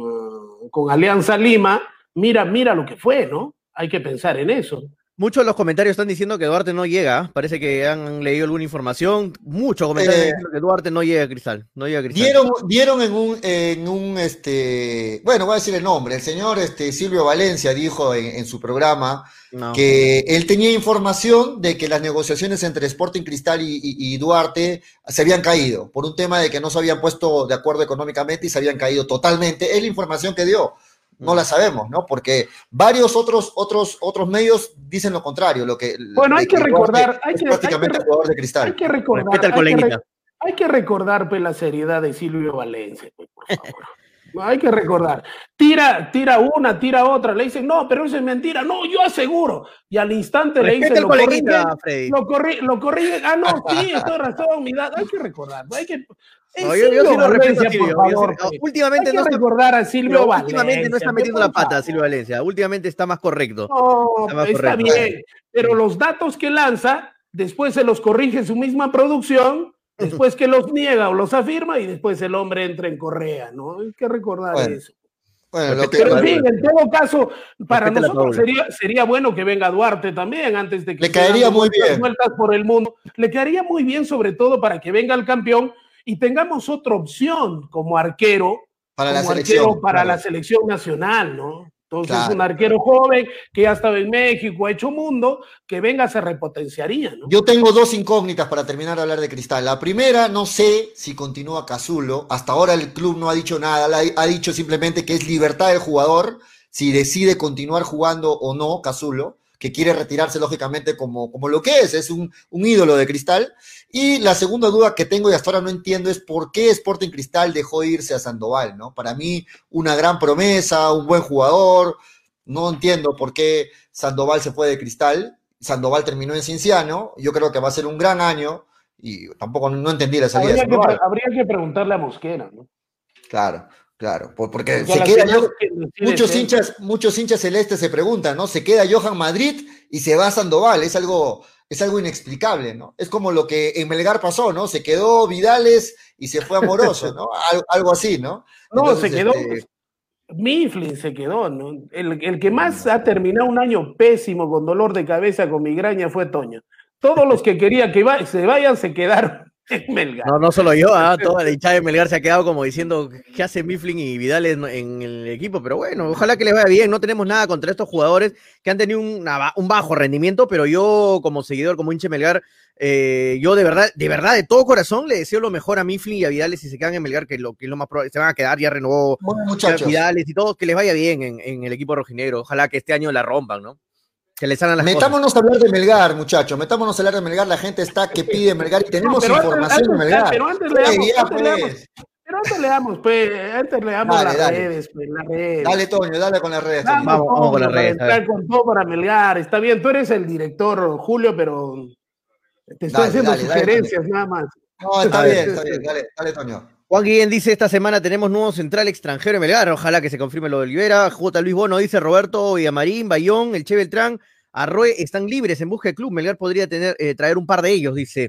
uh, con Alianza Lima, mira, mira lo que fue, ¿no? Hay que pensar en eso. Muchos de los comentarios están diciendo que Duarte no llega. Parece que han leído alguna información. Muchos comentarios eh, diciendo que Duarte no llega a Cristal. No llega a Cristal. Dieron, dieron en un, en un, este, bueno, voy a decir el nombre. El señor este, Silvio Valencia dijo en, en su programa no. que él tenía información de que las negociaciones entre Sporting Cristal y, y, y Duarte se habían caído por un tema de que no se habían puesto de acuerdo económicamente y se habían caído totalmente. Es la información que dio. No la sabemos, ¿no? Porque varios otros otros otros medios dicen lo contrario, lo que bueno, hay que recordar, hay que, prácticamente hay que, jugador de Cristal. Hay que recordar, hay que, re, hay que recordar pues, la seriedad de Silvio Valencia, pues, por favor. No, hay que recordar. Tira, tira una, tira otra, le dicen, no, pero eso es mentira, no, yo aseguro. Y al instante Respeta le dicen, lo corrigen, lo, corri lo corrigen, ah, no, sí, estoy razón, mi edad. Hay que recordar, hay que... No, yo, yo sí lo respeto a Silvio. Favor, yo, últimamente hay que no recordar a Silvio no, Valencia. Últimamente no está metiendo la pata a Silvio Valencia. Últimamente está más correcto. No, está, más está correcto. bien. Pero los datos que lanza, después se los corrige su misma producción, después que los niega o los afirma y después el hombre entra en correa, ¿no? Hay que recordar bueno. eso. Bueno, lo que, pero en fin, en todo caso, para nosotros sería, sería bueno que venga Duarte también antes de que le caería muy bien. Vueltas por el mundo. Le caería muy bien, sobre todo para que venga el campeón y tengamos otra opción como arquero para, como la, selección, arquero para claro. la selección nacional, ¿no? Entonces, claro. un arquero joven que ya estaba en México, ha hecho mundo, que venga se repotenciaría, ¿no? Yo tengo dos incógnitas para terminar de hablar de Cristal. La primera, no sé si continúa Casulo. Hasta ahora el club no ha dicho nada, ha dicho simplemente que es libertad del jugador si decide continuar jugando o no Casulo, que quiere retirarse lógicamente como, como lo que es, es un, un ídolo de Cristal. Y la segunda duda que tengo y hasta ahora no entiendo es por qué Sporting Cristal dejó irse a Sandoval, ¿no? Para mí, una gran promesa, un buen jugador, no entiendo por qué Sandoval se fue de Cristal, Sandoval terminó en Cienciano, yo creo que va a ser un gran año, y tampoco no entendí la salida habría de Sandoval. Que, habría que preguntarle a Mosquera, ¿no? Claro. Claro, porque, porque se queda yo, muchos hinchas, muchos hinchas celestes se preguntan, ¿no? Se queda Johan Madrid y se va a Sandoval, es algo, es algo inexplicable, ¿no? Es como lo que en Melgar pasó, ¿no? Se quedó Vidales y se fue Amoroso, ¿no? Algo, algo así, ¿no? No, Entonces, se quedó, este... Mifflin se quedó, ¿no? El, el que más ha terminado un año pésimo con dolor de cabeza, con migraña, fue Toño. Todos los que quería que va, se vayan se quedaron. Melgar. No, no solo yo, ¿eh? Toda la hinchada de Melgar se ha quedado como diciendo qué hace Mifflin y Vidal en, en el equipo, pero bueno, ojalá que les vaya bien, no tenemos nada contra estos jugadores que han tenido una, un bajo rendimiento, pero yo como seguidor, como hincha de Melgar, eh, yo de verdad, de verdad, de todo corazón le deseo lo mejor a Mifflin y a Vidal si se quedan en Melgar, que lo, que es lo más probable, se van a quedar, ya renovó Vidal y todo, que les vaya bien en, en el equipo rojinegro, ojalá que este año la rompan, ¿no? Que les salgan las metámonos cosas. a hablar de Melgar, muchachos. Metámonos a hablar de Melgar. La gente está que pide Melgar y tenemos no, información antes, de Melgar. Pero antes le damos, antes pues. leamos, pero antes leamos, pues, antes leamos dale, las, dale. Redes, pues, las redes. Dale, Toño, dale con las redes. Vamos, vamos, vamos con las redes. Entrar con todo para Melgar. Está bien, tú eres el director, Julio, pero te estoy dale, haciendo dale, sugerencias dale, nada más. No, está bien, está bien. Dale, dale, Toño. Juan Guillén dice, esta semana tenemos nuevo central extranjero en Melgar. Ojalá que se confirme lo de Olivera. J. Luis Bono dice, Roberto Villamarín, Bayón, el Che Beltrán, Arroe están libres en busca de club. Melgar podría tener, eh, traer un par de ellos, dice.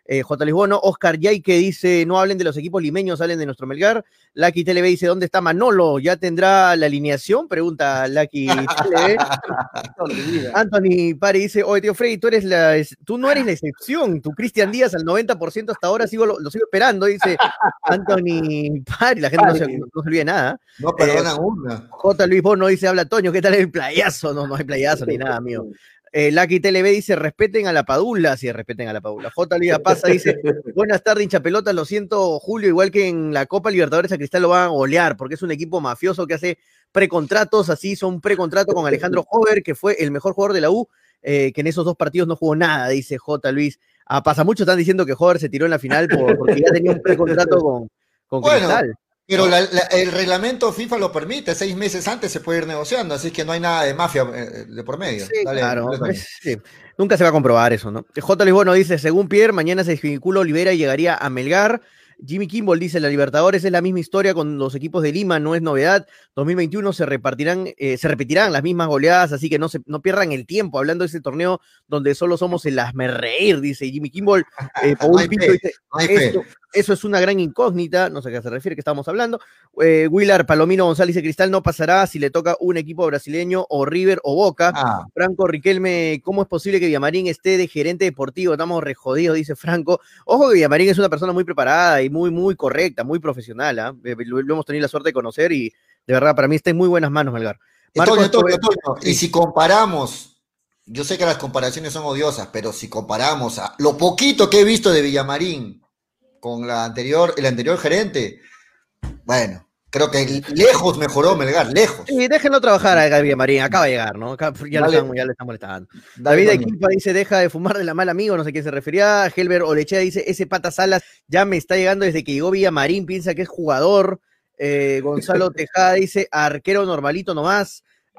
Eh, J. Lisbono, Oscar Yaique dice, no hablen de los equipos limeños, hablen de nuestro Melgar. Lucky T L B dice, ¿dónde está Manolo? ¿Ya tendrá la alineación? Pregunta Lucky T L B. Anthony Pari dice, oye, tío Freddy, tú, eres la, tú no eres la excepción. Tu Cristian Díaz al noventa por ciento hasta ahora sigo, lo, lo sigo esperando, dice Anthony Pari. La gente no se, no, no se olvida nada. No perdonan eh, una. J. Luis Bono dice, habla Toño, ¿qué tal el playazo? No, no hay playazo ni nada, mío. Eh, Lucky T L B dice, respeten a la Padula, sí, respeten a la Padula. J. Liga Pasa dice, buenas tardes, hincha pelotas, lo siento, Julio, igual que en la Copa Libertadores a Cristal lo van a golear, porque es un equipo mafioso que hace precontratos, así son precontrato con Alejandro Hover, que fue el mejor jugador de la U, eh, que en esos dos partidos no jugó nada, dice J. Luis. Ah, pasa mucho, están diciendo que Hover se tiró en la final por, porque ya tenía un precontrato con, con bueno. Cristal. Pero la, la, el reglamento FIFA lo permite, seis meses antes se puede ir negociando, así que no hay nada de mafia eh, de por medio. Sí, dale, claro, pues, sí. Nunca se va a comprobar eso, ¿no? J. Lisbono dice, según Pierre, mañana se desvincula Olivera y llegaría a Melgar. Jimmy Kimball dice, la Libertadores es la misma historia con los equipos de Lima, no es novedad. dos mil veintiuno se repartirán, eh, se repetirán las mismas goleadas, así que no, se, no pierdan el tiempo hablando de ese torneo donde solo somos el hazmerreír, dice Jimmy Kimball. Eh, no hay fe, dice, no hay esto, eso es una gran incógnita, no sé a qué se refiere que estamos hablando. Eh, Willard Palomino González dice, Cristal no pasará si le toca un equipo brasileño o River o Boca. Ah. Franco Riquelme, ¿cómo es posible que Villamarín esté de gerente deportivo? Estamos re jodidos, dice Franco. Ojo que Villamarín es una persona muy preparada y muy, muy correcta, muy profesional. ¿eh? Lo, lo hemos tenido la suerte de conocer y de verdad para mí está en muy buenas manos, Melgar. Marcos, Antonio, Antonio, Antonio. Y si comparamos, yo sé que las comparaciones son odiosas, pero si comparamos a lo poquito que he visto de Villamarín con la anterior, el anterior gerente, bueno, creo que lejos mejoró Melgar, lejos. Sí, déjenlo trabajar a Gabriel Marín, acaba de llegar, ¿no? Acá ya, le están, ya le están molestando. David Equipa dice, deja de fumar de la mala amigo, no sé a quién se refería. Helber Olechea dice, ese Pata Salas ya me está llegando desde que llegó Villamarín, piensa que es jugador. Eh, Gonzalo Tejada dice, arquero normalito nomás.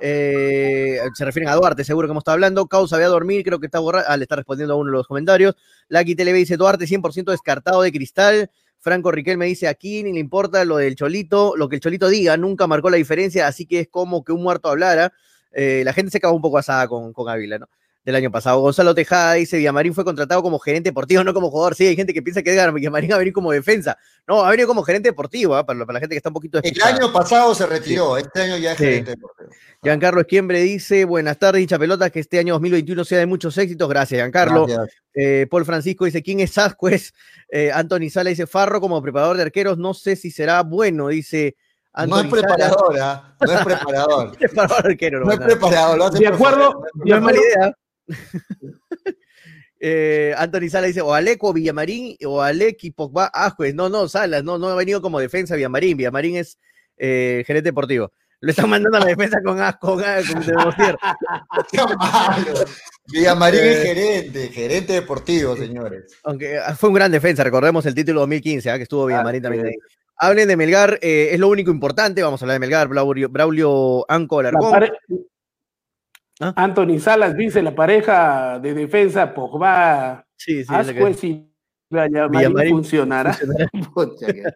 Eh, se refieren a Duarte, seguro que hemos estado hablando. Causa, ve a dormir, creo que está borrado. Ah, le está respondiendo a uno de los comentarios. Lucky T L B dice, Duarte cien por ciento descartado de Cristal. Franco Riquel me dice, aquí ni le importa lo del Cholito, lo que el Cholito diga, nunca marcó la diferencia, así que es como que un muerto hablara. Eh, la gente se acabó un poco asada con, con Ávila, ¿no? Del año pasado. Gonzalo Tejada dice, Villamarín fue contratado como gerente deportivo, no como jugador. Sí, hay gente que piensa que Edgar Villamarín va a venir como defensa. No, va a venir como gerente deportivo, ¿eh? para, para la gente que está un poquito despistada. El año pasado se retiró, sí. Este año ya es sí. gerente deportivo. Giancarlo Esquiembre dice, buenas tardes, hincha pelotas, que este año dos mil veintiuno sea de muchos éxitos. Gracias, Giancarlo. Gracias. Eh, Paul Francisco dice, ¿quién es Ascuez? Eh, Anthony Sala dice, Farro como preparador de arqueros, no sé si será bueno, dice... Anthony no es preparador, ¿eh? No es preparador. no es preparador arquero, no, no es preparador. Lo hace de acuerdo, no es mala idea. eh, Anthony Salas dice, o Aleco Villamarín, o Alec y Pogba Ascuez. No, no, Salas, no, no ha venido como defensa Villamarín. Villamarín es eh, gerente deportivo. Lo están mandando a la defensa con Asco, con Demosier. Villamarín eh, es gerente, gerente deportivo, señores. Aunque fue un gran defensa, recordemos el título dos mil quince, ¿eh? Que estuvo Villamarín ah, también ahí. Hablen de Melgar, eh, es lo único importante, vamos a hablar de Melgar, Braulio, Braulio Anco Alarcón. Pare... ¿Ah? Anthony Salas dice, la pareja de defensa, Pogba, sí, sí, Ascuez y Villamarín funcionará. funcionará.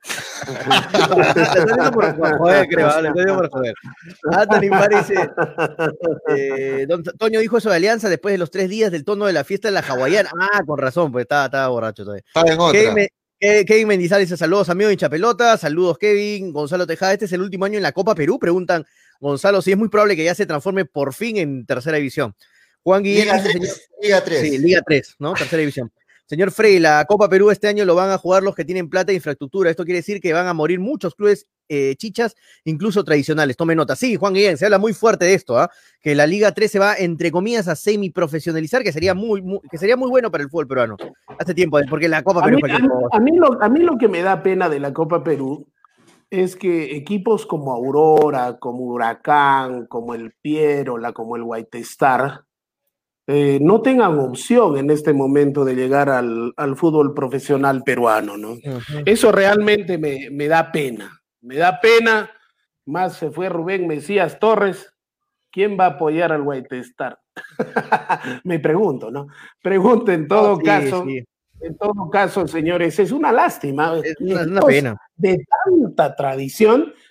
joder, creo, le digo por joder. Anthony parece. Eh, don Toño dijo eso de Alianza después de los tres días del tono de la fiesta en la hawaiana. Ah, con razón, pues estaba, estaba borracho todavía. Estaba en otra. Kevin, Kevin Mendizales dice, saludos amigos de hincha pelota, saludos Kevin. Gonzalo Tejada, este es el último año en la Copa Perú, preguntan Gonzalo, si es muy probable que ya se transforme por fin en tercera división. Juan Guillén Liga tres, señor, Liga tres. Sí, Liga tres, ¿no? Tercera división. Señor Frey, la Copa Perú este año lo van a jugar los que tienen plata e infraestructura. Esto quiere decir que van a morir muchos clubes eh, chichas, incluso tradicionales. Tome nota. Sí, Juan Guillén, se habla muy fuerte de esto, ¿eh? Que la Liga tres se va, entre comillas, a semi-profesionalizar, que sería muy, muy, que sería muy bueno para el fútbol peruano. Hace tiempo, porque la Copa Perú... A mí, a mí, a mí, lo, a mí lo que me da pena de la Copa Perú es que equipos como Aurora, como Huracán, como el Pierola, como el White Star... Eh, no tengan opción en este momento de llegar al, al fútbol profesional peruano, ¿no? Uh-huh. Eso realmente me, me da pena, me da pena, más se fue Rubén Mesías Torres, ¿quién va a apoyar al White Star? me pregunto, ¿no? Pregunto en todo oh, sí, caso, sí. en todo caso, señores, es una lástima. Es una, una pena. De tanta tradición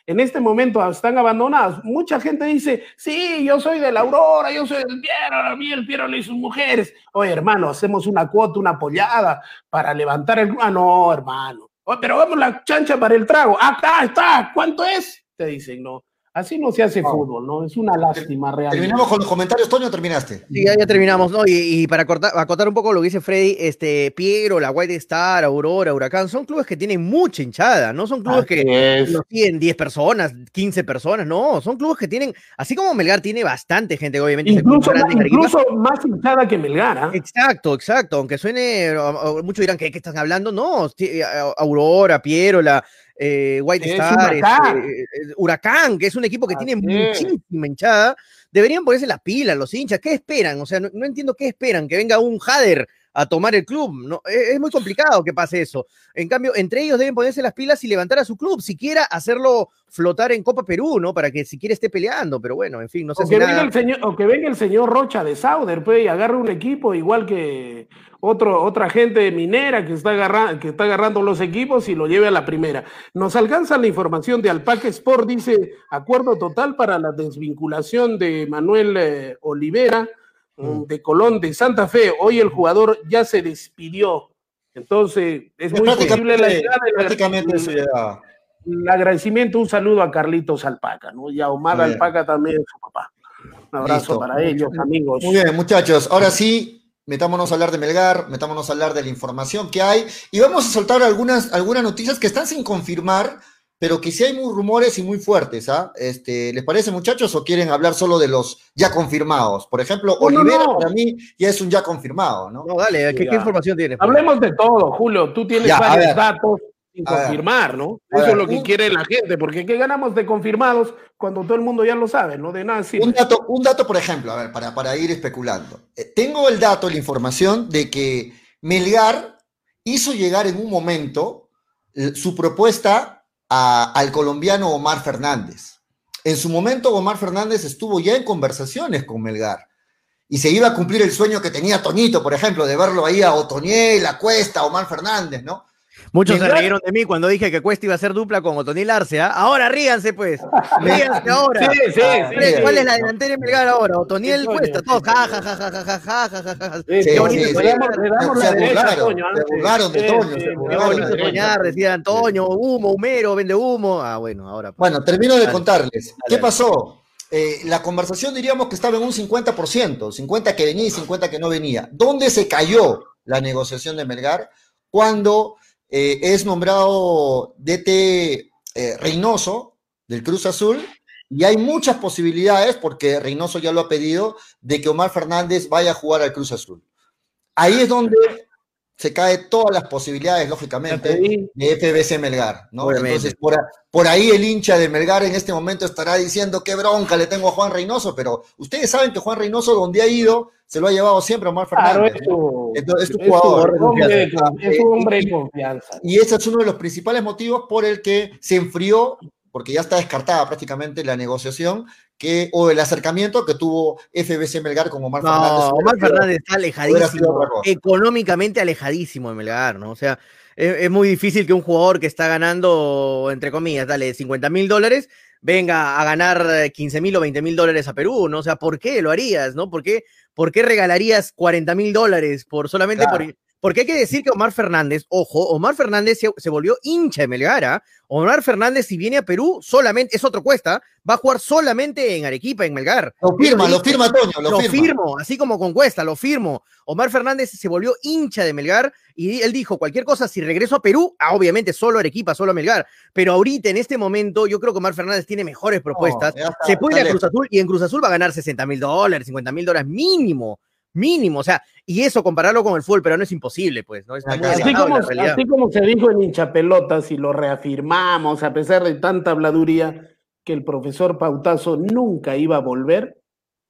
en este momento están abandonados. Mucha gente dice, sí, yo soy de la Aurora, yo soy del Piero, a mí el Piero y sus mujeres. Oye, hermano, hacemos una cuota, una pollada para levantar el... Ah, no, hermano. Oye, pero vamos la chancha para el trago. Ah, está, está. ¿Cuánto es? Te dicen, no. Así no se hace oh. fútbol, ¿no? Es una lástima realmente. Terminamos con los comentarios, Toño, ¿terminaste? Sí, ya, ya terminamos, ¿no? Y, y para cortar, acotar un poco lo que dice Freddy, este, Piero, la White Star, Aurora, Huracán, son clubes que tienen mucha hinchada, no son clubes así que los tienen diez personas, quince personas, no, son clubes que tienen, así como Melgar tiene bastante gente, obviamente. Incluso, más, incluso más hinchada que Melgar, ¿eh? Exacto, exacto, aunque suene, muchos dirán, ¿qué, qué están hablando? No, Aurora, Piero, la... Eh, White Star, Huracán. Este, eh, Huracán, que es un equipo que Así tiene es. muchísima hinchada, deberían ponerse las pilas los hinchas. ¿Qué esperan? O sea, no, no entiendo qué esperan, que venga un Jader a tomar el club. No, es, es muy complicado que pase eso. En cambio, entre ellos deben ponerse las pilas y levantar a su club, siquiera hacerlo flotar en Copa Perú, ¿no? Para que siquiera esté peleando, pero bueno, en fin, no sé o si que nada... venga el señor, o que venga el señor Rocha de Sauder, pues, y agarre un equipo igual que otro, otra gente minera que está, agarra, que está agarrando los equipos y lo lleve a la primera. Nos alcanza la información de Alpaca Sport, dice, acuerdo total para la desvinculación de Manuel eh, Olivera, mm. de Colón de Santa Fe. Hoy el jugador ya se despidió. Entonces, es muy posible la llegada de la... Prácticamente eso ya... El agradecimiento, un saludo a Carlitos Alpaca, ¿no? Y a Omar Alpaca también, su papá. Un abrazo Listo. Para ellos, amigos. Muy bien, muchachos. Ahora sí, metámonos a hablar de Melgar, metámonos a hablar de la información que hay y vamos a soltar algunas, algunas noticias que están sin confirmar, pero que sí hay muy rumores y muy fuertes, ¿ah? Este, ¿les parece, muchachos, o quieren hablar solo de los ya confirmados? Por ejemplo, no, Olivera no, no. para mí ya es un ya confirmado, ¿no? No, dale, ¿qué, ¿qué información tienes? Hablemos de todo, Julio. Tú tienes ya, varios datos sin confirmar, ¿no? Eso ver, es lo que un, quiere la gente, porque ¿qué ganamos de confirmados cuando todo el mundo ya lo sabe, ¿no? De nada sirve. Un dato, un dato, por ejemplo, a ver, para, para ir especulando. Eh, tengo el dato, la información de que Melgar hizo llegar en un momento eh, su propuesta a, al colombiano Omar Fernández. En su momento, Omar Fernández estuvo ya en conversaciones con Melgar y se iba a cumplir el sueño que tenía Toñito, por ejemplo, de verlo ahí a Otoniel, a Cuesta, a Omar Fernández, ¿no? Muchos se rieron de mí cuando dije que Cuesta iba a ser dupla con Otoniel Arce, ¿eh? Ahora ríganse, pues. Ríganse ahora. Sí, sí, ah, sí, ¿Cuál sí, es la delantera en Melgar ahora? Otoniel, sí, Cuesta, todos. Ja, ja, ja, ja, ja, ja, ja, ja, ja. Sí, Qué bonito sí, soñar. Le damos la derecha, Toño. Se burlaron de Toño. Qué bonito soñar, decían Toño, humo, humero, vende humo. Ah, bueno, ahora. Pues. Bueno, termino de contarles. ¿Qué pasó? Eh, la conversación diríamos que estaba en un cincuenta por ciento, cincuenta que venía y cincuenta que no venía. ¿Dónde se cayó la negociación de Melgar? Cuando eh, es nombrado D T eh, Reynoso del Cruz Azul, y hay muchas posibilidades, porque Reynoso ya lo ha pedido, de que Omar Fernández vaya a jugar al Cruz Azul. Ahí es donde se caen todas las posibilidades, lógicamente, de F B C Melgar, ¿no? Obviamente. Entonces, por, por ahí el hincha de Melgar en este momento estará diciendo qué bronca le tengo a Juan Reynoso, pero ustedes saben que Juan Reynoso, donde ha ido, se lo ha llevado siempre a Omar Fernández. Claro, es tu, Entonces, es tu jugador. Es, hombre, es un hombre de confianza. Y ese es uno de los principales motivos por el que se enfrió, porque ya está descartada prácticamente la negociación, que, o el acercamiento que tuvo F B C Melgar con Omar no, Fernández. Omar Fernández está alejadísimo, económicamente alejadísimo de Melgar, ¿no? O sea, es, es muy difícil que un jugador que está ganando, entre comillas, dale, cincuenta mil dólares, venga a ganar quince mil o veinte mil dólares a Perú, ¿no? O sea, ¿por qué lo harías, no? ¿Por qué, por qué regalarías cuarenta mil dólares por solamente claro. por... Porque hay que decir que Omar Fernández, ojo, Omar Fernández se, se volvió hincha de Melgar, ¿eh? Omar Fernández, si viene a Perú, solamente, es otro Cuesta, va a jugar solamente en Arequipa, en Melgar. Lo firma, lo firma, Toño, lo, lo firma. firmo, así como con Cuesta, lo firmo. Omar Fernández se volvió hincha de Melgar y él dijo, cualquier cosa, si regreso a Perú, ah, obviamente solo Arequipa, solo a Melgar. Pero ahorita, en este momento, yo creo que Omar Fernández tiene mejores propuestas. No, está, se puede ir a Cruz Azul y en Cruz Azul va a ganar sesenta mil dólares, cincuenta mil dólares mínimo. Mínimo, o sea, y eso compararlo con el fútbol peruano es imposible, pues, ¿no? Es así, como, así como se dijo en Hinchapelotas y lo reafirmamos a pesar de tanta habladuría que el profesor Pautazo nunca iba a volver.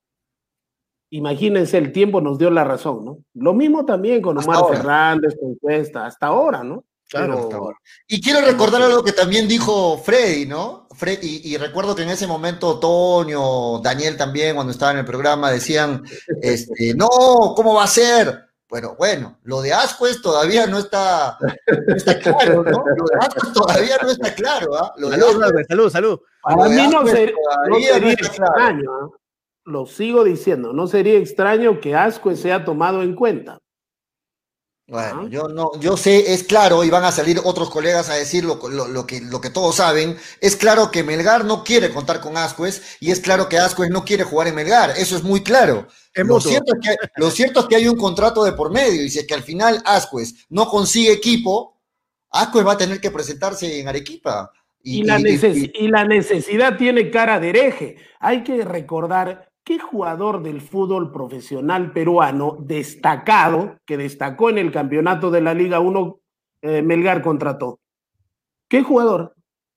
Imagínense, el tiempo nos dio la razón, ¿no? Lo mismo también con Omar Fernández, con Cuesta, hasta ahora, ¿no? Claro, Pero, y quiero recordar algo que también dijo Freddy, ¿no? Fred, y, y recuerdo que en ese momento Toño, Daniel también, cuando estaba en el programa, decían, este, no, ¿cómo va a ser? Bueno, bueno, lo de Ascuez todavía no está, no está claro, ¿no? Lo de Ascuez todavía no está claro, ¿ah? ¿eh? Salud, Ascuez, salud, salud. Para mí no, ser, no sería no extraño, claro. ¿eh? Lo sigo diciendo, no sería extraño que Ascuez sea tomado en cuenta. Bueno, ¿Ah? yo no, yo sé, es claro, y van a salir otros colegas a decir lo, lo, lo, que, lo que todos saben, es claro que Melgar no quiere contar con Ascuez, y es claro que Ascuez no quiere jugar en Melgar, eso es muy claro. Lo cierto, es que, lo cierto es que hay un contrato de por medio, y si es que al final Ascuez no consigue equipo, Ascuez va a tener que presentarse en Arequipa. Y, y, la, neces y, y la necesidad tiene cara de hereje. Hay que recordar ¿qué jugador del fútbol profesional peruano destacado, que destacó en el campeonato de la Liga uno, eh, Melgar contrató? ¿Qué jugador?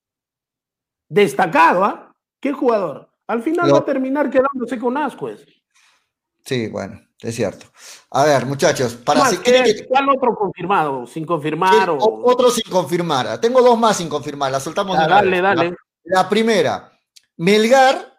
Destacado, ¿ah? ¿eh? ¿Qué jugador? Al final no. va a terminar quedándose con Ascuez. Sí, bueno, es cierto. A ver, muchachos, para más, si ¿qué, que... ¿cuál otro confirmado? ¿Sin confirmar? Sí, o... Otro sin confirmar. Tengo dos más sin confirmar, las soltamos ah, de una Dale, vez. dale. La, la primera, Melgar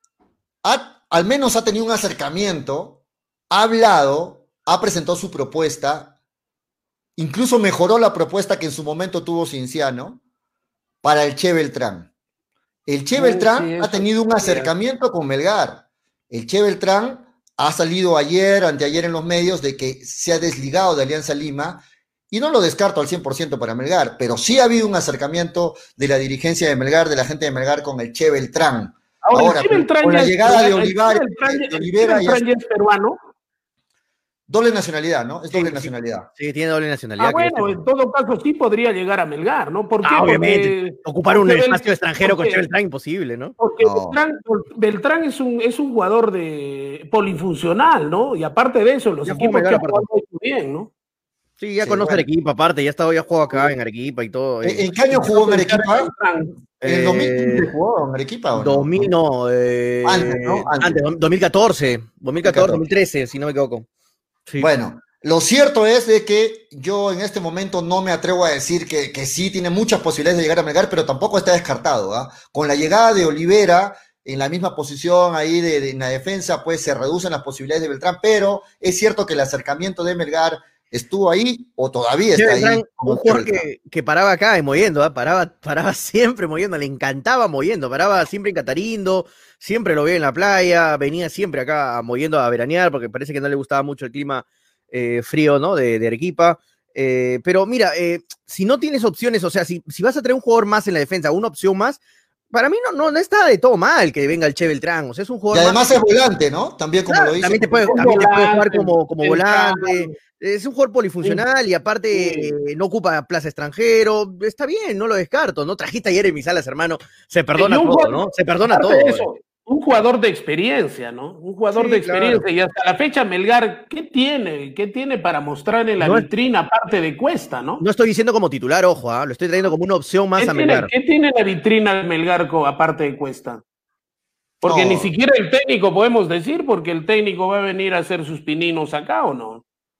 ha al menos ha tenido un acercamiento, ha hablado, ha presentado su propuesta, incluso mejoró la propuesta que en su momento tuvo Cienciano para el Che Beltrán. El Che Beltrán sí, ha tenido un acercamiento con Melgar. El Che Beltrán ha salido ayer, anteayer en los medios, de que se ha desligado de Alianza Lima, y no lo descarto al cien por ciento para Melgar, pero sí ha habido un acercamiento de la dirigencia de Melgar, de la gente de Melgar con el Che Beltrán. Ahora, Ahora con, con la llegada de, Olivar, de Olivera ya es peruano. Doble nacionalidad, ¿no? Es doble sí, nacionalidad. Sí, tiene doble nacionalidad. Ah, bueno, en todo caso sí podría llegar a Melgar, ¿no? ¿Por qué? Ah, obviamente. Porque, ocupar un porque espacio Bel, extranjero porque, con Beltrán imposible, ¿no? Porque no. Beltrán, Beltrán es un es un jugador de polifuncional, ¿no? Y aparte de eso, los ya equipos que juegan muy bien, ¿no? Sí, ya sí, conoce bueno. Arequipa, aparte, ya estaba, ya jugó acá en Arequipa y todo. ¿En, ¿en qué año jugó en Arequipa? ¿En el dos mil quince jugó en Arequipa o no? dos mil, no, eh, antes, ¿no? Antes. Antes, dos mil catorce, dos mil catorce, dos mil trece, si no me equivoco. Sí. Bueno, lo cierto es de que yo en este momento no me atrevo a decir que, que sí tiene muchas posibilidades de llegar a Melgar, pero tampoco está descartado, ¿eh? Con la llegada de Olivera en la misma posición ahí de, de, en la defensa, pues se reducen las posibilidades de Beltrán, pero es cierto que el acercamiento de Melgar estuvo ahí o todavía está Beltrán, ahí. Un jugador que, que paraba acá moviendo, ¿eh? paraba, paraba siempre moviendo, le encantaba moviendo, paraba siempre en Catarindo, siempre lo veía en la playa, venía siempre acá moviendo a veranear porque parece que no le gustaba mucho el clima eh, frío, ¿no? De, de Arequipa. Eh, pero mira, eh, si no tienes opciones, o sea, si, si vas a traer un jugador más en la defensa, una opción más, para mí no, no, no está de todo mal que venga el Che Beltrán, o sea, es un jugador. Y además más... es volante, ¿no? También como claro, lo dice. También te puede, también te puede jugar como, como volante. Es un jugador polifuncional sí. y aparte sí. eh, no ocupa plaza extranjero. Está bien, no lo descarto, ¿no? Trajiste ayer en mis alas, hermano. Se perdona todo, jugador, ¿no? Se perdona todo. Eso, un jugador de experiencia, ¿no? Un jugador sí, de experiencia. Claro. Y hasta la fecha, Melgar, ¿qué tiene? ¿Qué tiene para mostrar en la no, vitrina aparte de Cuesta, no? No estoy diciendo como titular, ojo, ¿eh? Lo estoy trayendo como una opción más a tiene, Melgar. ¿Qué tiene la vitrina de Melgar aparte de Cuesta? Porque no. ni siquiera el técnico podemos decir, porque el técnico va a venir a hacer sus pininos acá, ¿o no?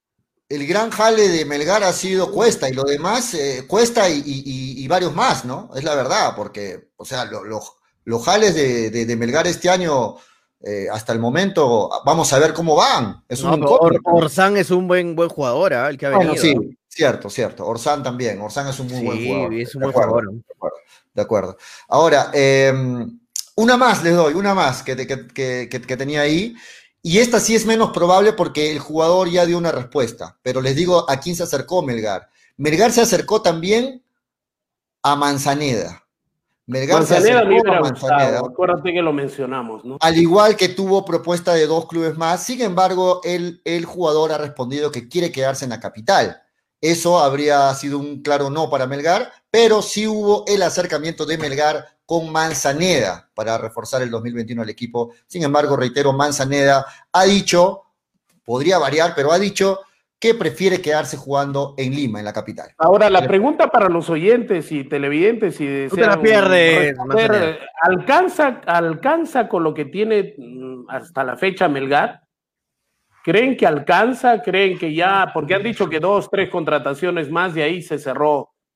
El gran jale de Melgar ha sido Cuesta y lo demás, eh, Cuesta y, y, y varios más, ¿no? Es la verdad, porque, o sea, los lo, lo jales de, de, de Melgar este año, eh, hasta el momento, vamos a ver cómo van. Es no, un Or, Orsán es un buen buen jugador, ¿eh? El que ha venido. Bueno, sí, cierto, cierto. Orsán también. Orsán es un muy sí, buen jugador. Sí, es un de buen acuerdo, jugador. De acuerdo, de acuerdo. Ahora, eh, una más les doy, una más que, que, que, que, que tenía ahí. Y esta sí es menos probable porque el jugador ya dio una respuesta. Pero les digo a quién se acercó Melgar. Melgar se acercó también a Manzaneda. Melgar Manzaneda se acercó a Manzaneda. Acuérdate que lo mencionamos, ¿no? Al igual que tuvo propuesta de dos clubes más. Sin embargo, el, el jugador ha respondido que quiere quedarse en la capital. Eso habría sido un claro no para Melgar, pero sí hubo el acercamiento de Melgar con Manzaneda para reforzar el dos mil veintiuno al equipo. Sin embargo, reitero, Manzaneda ha dicho, podría variar, pero ha dicho que prefiere quedarse jugando en Lima, en la capital. Ahora, la pregunta para los oyentes y televidentes, si desean, no te la pierdes, responder, ¿alcanza, ¿alcanza con lo que tiene hasta la fecha Melgar? ¿Creen que alcanza? ¿Creen que ya? Porque han dicho que dos, tres contrataciones más y ahí se cerró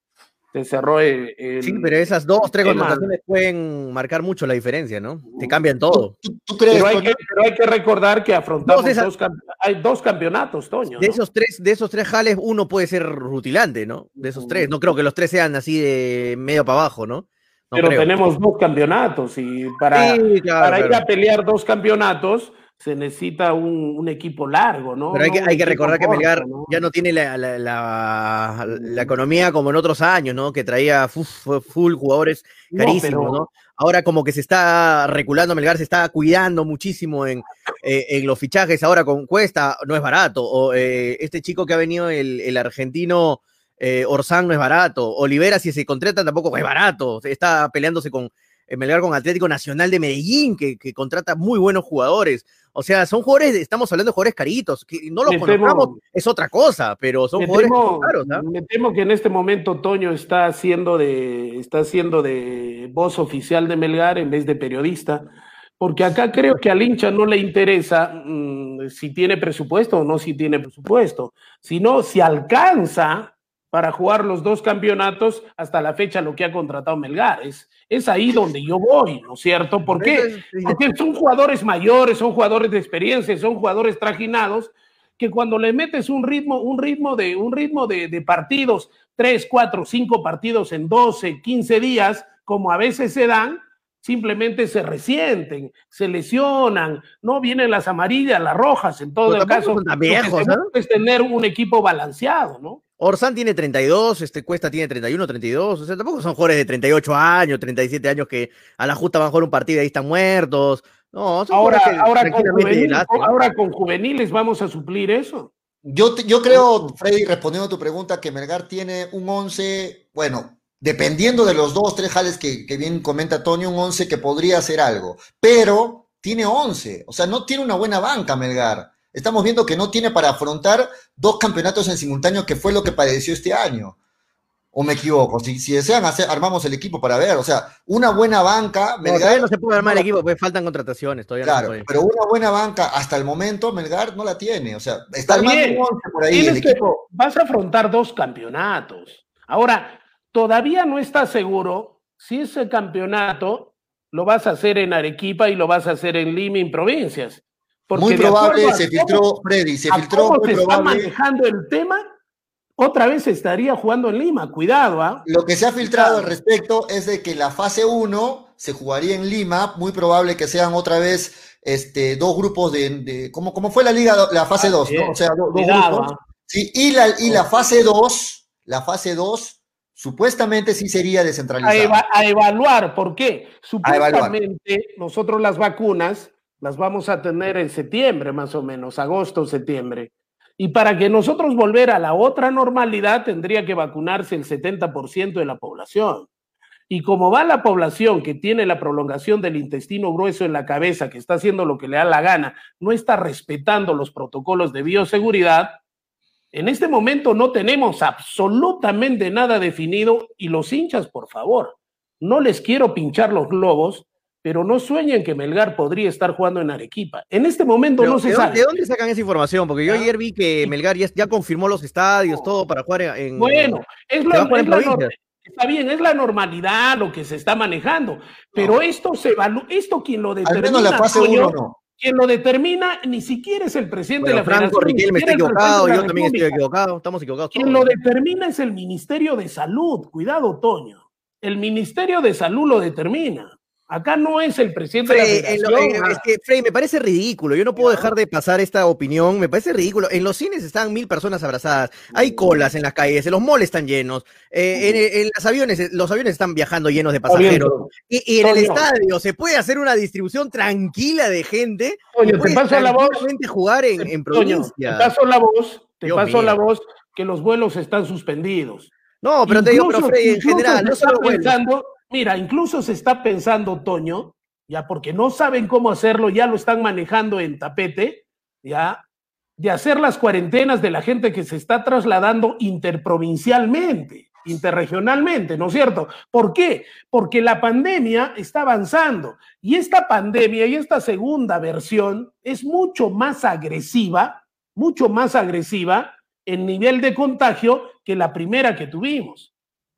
se cerró el, el Sí, pero esas dos, tres tema. contrataciones pueden marcar mucho la diferencia, ¿no? Te cambian todo. ¿Tú, tú crees, pero, hay Toño? que, pero hay que recordar que afrontamos Dos, esas- dos, campe- hay dos campeonatos, Toño. De ¿no? esos tres, de esos tres jales, uno puede ser rutilante, ¿no? De esos tres. No creo que los tres sean así de medio para abajo, ¿no? No pero creo. tenemos dos campeonatos y para, Sí, claro, para ir claro. a pelear dos campeonatos se necesita un, un equipo largo, ¿no? Pero hay que, No un hay que equipo recordar que corto, Melgar ¿no? ya no tiene la, la, la, la economía como en otros años, ¿no? Que traía full, full jugadores carísimos, No, ¿no? pero- Ahora como que se está reculando, Melgar se está cuidando muchísimo en, eh, en los fichajes. Ahora con Cuesta no es barato. O eh, este chico que ha venido, el, el argentino eh, Orsán, no es barato. Olivera, si se contrata, tampoco es barato. Está peleándose con eh, Melgar con Atlético Nacional de Medellín, que, que contrata muy buenos jugadores. O sea, son jugadores, estamos hablando de jugadores caritos, que no los Me temo- conozcamos, es otra cosa, pero son Me jugadores que temo, son caros, ¿ah? me temo que en este momento Toño está haciendo de, está haciendo de voz oficial de Melgar en vez de periodista, porque acá creo que al hincha no le interesa mmm, si tiene presupuesto o no si tiene presupuesto, sino si alcanza para jugar los dos campeonatos hasta la fecha lo que ha contratado Melgar. Es, es ahí donde yo voy, ¿no es cierto? ¿Por qué? Porque son jugadores mayores, son jugadores de experiencia, son jugadores trajinados, que cuando le metes un ritmo, un ritmo de, un ritmo de, de partidos, tres, cuatro, cinco partidos en doce, quince días, como a veces se dan, simplemente se resienten, se lesionan, no vienen las amarillas, las rojas, en todo Pero el tampoco caso, son tan lo que viejos, se ¿eh? busca es tener un equipo balanceado, ¿no? Orsán tiene treinta y dos, este Cuesta tiene treinta y uno, treinta y dos, o sea, tampoco son jugadores de treinta y ocho años, treinta y siete años que a la justa van a jugar un partido y ahí están muertos. No, son Ahora, jugadores que ahora, con tranquilamente juvenil, la hacen. ahora con juveniles vamos a suplir eso. Yo, te- yo creo, Freddy, respondiendo a tu pregunta, que Melgar tiene un once, bueno, dependiendo de los dos, tres jales que, que bien comenta Tony, un once que podría hacer algo, pero tiene once, o sea, no tiene una buena banca Melgar. Estamos viendo que no tiene para afrontar dos campeonatos en simultáneo, que fue lo que padeció este año. ¿O me equivoco? Si, si desean hacer, armamos el equipo para ver, o sea, una buena banca, No, Melgar... todavía no se puede armar el equipo, pues faltan contrataciones, todavía no se Claro, puede. pero una buena banca hasta el momento Melgar no la tiene, o sea, está Está armando bien. un once por ahí, Tienes el que- equipo... vas a afrontar dos campeonatos. Ahora, todavía no estás seguro si ese campeonato lo vas a hacer en Arequipa y lo vas a hacer en Lima, en provincias. Porque Muy de acuerdo probable, a se cómo- filtró, Freddy, se a filtró cómo muy se está probable. manejando el tema, otra vez estaría jugando en Lima. Cuidado, ¿ah? Lo que se ha filtrado al Claro. respecto es de que la fase uno se jugaría en Lima, muy probable que sean otra vez este, dos grupos de, de como, como fue la liga, la fase Así dos, ¿no? es. O sea, do- dos Cuidado, grupos. ¿ah? Sí, y la, y la fase dos, la fase dos, supuestamente sí sería A, descentralizada. eva- a evaluar, ¿por qué? A evaluar. Supuestamente nosotros las vacunas las vamos a tener en septiembre, más o menos, agosto, septiembre. Y para que nosotros volver a la otra normalidad, tendría que vacunarse el setenta por ciento de la población. Y como va la población que tiene la prolongación del intestino grueso en la cabeza, que está haciendo lo que le da la gana, no está respetando los protocolos de bioseguridad, en este momento no tenemos absolutamente nada definido y los hinchas, por favor, no les quiero pinchar los globos, pero no sueñen que Melgar podría estar jugando en Arequipa. En este momento Pero, no se ¿de, dónde, sabe. de dónde sacan esa información? Porque yo ¿Ah? ayer vi que Melgar ya, ya confirmó los estadios, todo para jugar en... Bueno, es, se va a lo, jugar es en la provincias. norma- está bien, es la normalidad lo que se está manejando, pero esto se evalúa, esto quien lo Al determina, menos la fase Toño, uno no. quien lo determina ni siquiera es el presidente Bueno, de la Franco Federación, ni Riquelme está siquiera el equivocado, presidente de yo la también estoy República. equivocado, estamos equivocados Quien todos. lo determina es el Ministerio de Salud. Cuidado, Toño. El Ministerio de Salud lo determina. Acá no es el presidente Frey, de la en lo- Federación. en- ah. es que, Frey, me parece ridículo. Yo no puedo dejar de pasar esta opinión. Me parece ridículo. En los cines están mil personas abrazadas. Hay colas en las calles. Los malls están llenos. eh, en, en los aviones, los aviones están viajando llenos de Está bien, pasajeros. Toño. Y, y en el Toño. estadio se puede hacer una distribución tranquila de gente. Toño, y te puedes paso la voz. tranquilamente jugar en, en Toño, te provincia. paso la voz, te Dios paso mío. la voz que los vuelos están suspendidos. No, pero te digo, pero Incluso- Frey, en incluso general, se no está solo vuelos. pensando, mira, incluso se está pensando, Toño, ya porque no saben cómo hacerlo, ya lo están manejando en tapete, ya, de hacer las cuarentenas de la gente que se está trasladando interprovincialmente, interregionalmente, ¿no es cierto? ¿Por qué? Porque la pandemia está avanzando y esta pandemia y esta segunda versión es mucho más agresiva, mucho más agresiva en nivel de contagio que la primera que tuvimos.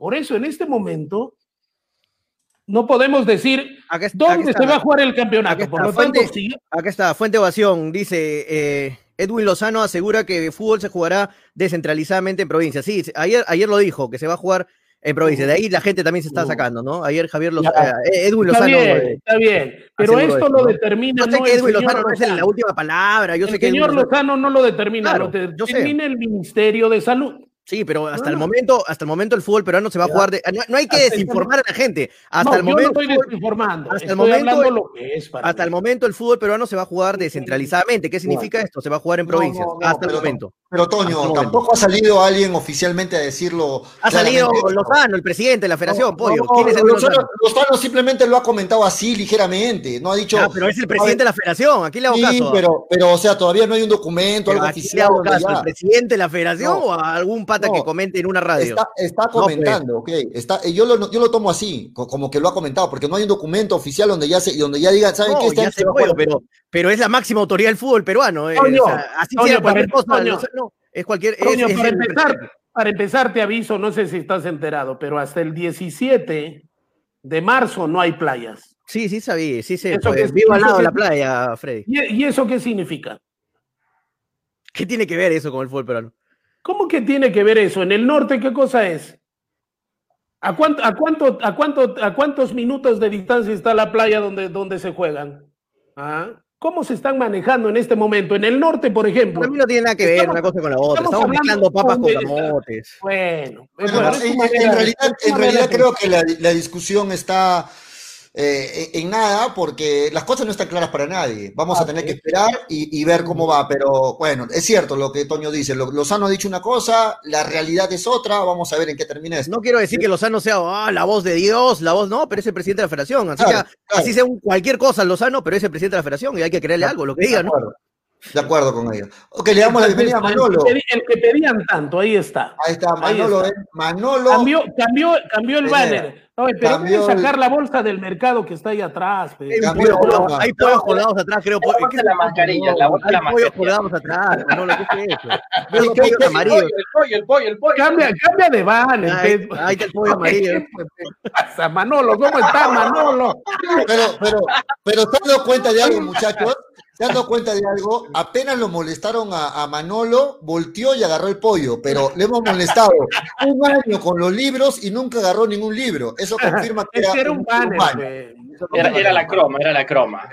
Por eso, en este momento, no podemos decir acá está, dónde acá está, se va a jugar el campeonato. Acá está, Por lo fuente, tanto, sí. Acá está, Fuente Ovación, dice, eh, Edwin Lozano asegura que el fútbol se jugará descentralizadamente en provincias. Sí, ayer, ayer lo dijo, que se va a jugar en provincias. De ahí la gente también se está sacando, ¿no? Ayer Javier Lozano, eh, Edwin está Lozano. Bien, eh, está bien, pero esto esto, lo ¿no? determina. Yo sé no que Edwin Lozano Lozano. no es la última palabra. Yo el sé que señor Lozano... Lozano no lo determina, claro, lo determina yo el Ministerio de Salud. Sí, pero hasta no, el no. momento, hasta el momento el fútbol peruano se va a jugar de, no, no hay que hasta desinformar el... a la gente. Hasta no, el momento, yo no estoy fútbol, desinformando, hasta estoy el momento, hablando lo que es para hasta mí. el momento el fútbol peruano se va a jugar descentralizadamente. ¿Qué significa no. esto? Se va a jugar en No, provincias. no, no, hasta pero, el momento. Pero Toño, el tampoco momento. ha salido alguien oficialmente a decirlo. Ha salido esto. Lozano, el presidente de la Federación, no, Pollo. No, ¿Quién es el Lozano, Lozano? Lozano simplemente lo ha comentado así ligeramente. No ha dicho. Ya, pero es el presidente de la Federación. Aquí le hago sí, caso. pero, pero, o sea, todavía no hay un documento, Pero algo aquí oficial. le hago caso. Ya. ¿El presidente de la Federación No, o a algún pata no, que comente en una radio? Está, está comentando, no, pues. ok. Está, yo, lo, yo lo tomo así, como que lo ha comentado, porque no hay un documento oficial donde ya, se, donde ya digan, ¿saben no, qué? Este ya se puede, pero, pero es la máxima autoridad del fútbol peruano. Eh, Toño, o sea, así Toño, sea cualquier para, cosa. Toño, no, es cualquier. Toño, es, para, es empezar, para empezar, te aviso, no sé si estás enterado, pero hasta el diecisiete de marzo no hay playas. Sí, sí sabía, sí sé. Eso Pues, que, vivo al lado que, de la playa, Freddy. ¿Y, ¿Y eso qué significa? ¿Qué tiene que ver eso con el fútbol peruano? ¿Cómo que tiene que ver eso? ¿En el norte qué cosa es? ¿A, cuánto, a, cuánto, a, cuánto, ¿A cuántos minutos de distancia está la playa donde, donde se juegan? ¿Ah? ¿Cómo se están manejando en este momento? En el norte, por ejemplo. Para mí no tiene nada que ver estamos, una cosa con la otra. Estamos, estamos mezclando papas con camotes. Bueno, bueno, bueno en, manera, en realidad, en realidad creo que la, la discusión está eh, en, en nada, porque las cosas no están claras para nadie. Vamos ah, a tener sí. que esperar y, y ver cómo va. Pero bueno, es cierto lo que Toño dice. Lozano ha dicho una cosa, la realidad es otra. Vamos a ver en qué termina esto. No quiero decir que Lozano sea oh, la voz de Dios, la voz no, pero es el presidente de la Federación. Así, claro, que, claro. así sea un, cualquier cosa Lozano, pero es el presidente de la Federación y hay que creerle algo, lo que diga, ¿no? De acuerdo con ello. Ok, le damos la bienvenida a Manolo. El que, el que pedían tanto, ahí está. Ahí está, Manolo. Ahí está. Eh. Manolo. Cambió, cambió, cambió el banner. No, pero cambió pueden sacar el... la bolsa del mercado que está ahí atrás. Cambió, pollo, hay pollos colgados atrás, creo. La bolsa de la mascarilla, la bolsa de la mascarilla. Hay pollos colgados atrás, Manolo, ¿qué es eso? El, el, pollo, amarillo. El pollo, el pollo, el pollo. Cambia, cambia de banner. Ahí, ahí está el pollo amarillo. ¿Qué pasa, Manolo? ¿Cómo está, Manolo? Pero, pero, pero ¿se han dado cuenta de algo, muchachos? ¿Se han dado cuenta de algo? Apenas lo molestaron a, a Manolo, volteó y agarró el pollo, pero le hemos molestado un año con los libros y nunca agarró ningún libro. Eso confirma que era, era un banner. Un banner. Era, era la croma, era la croma.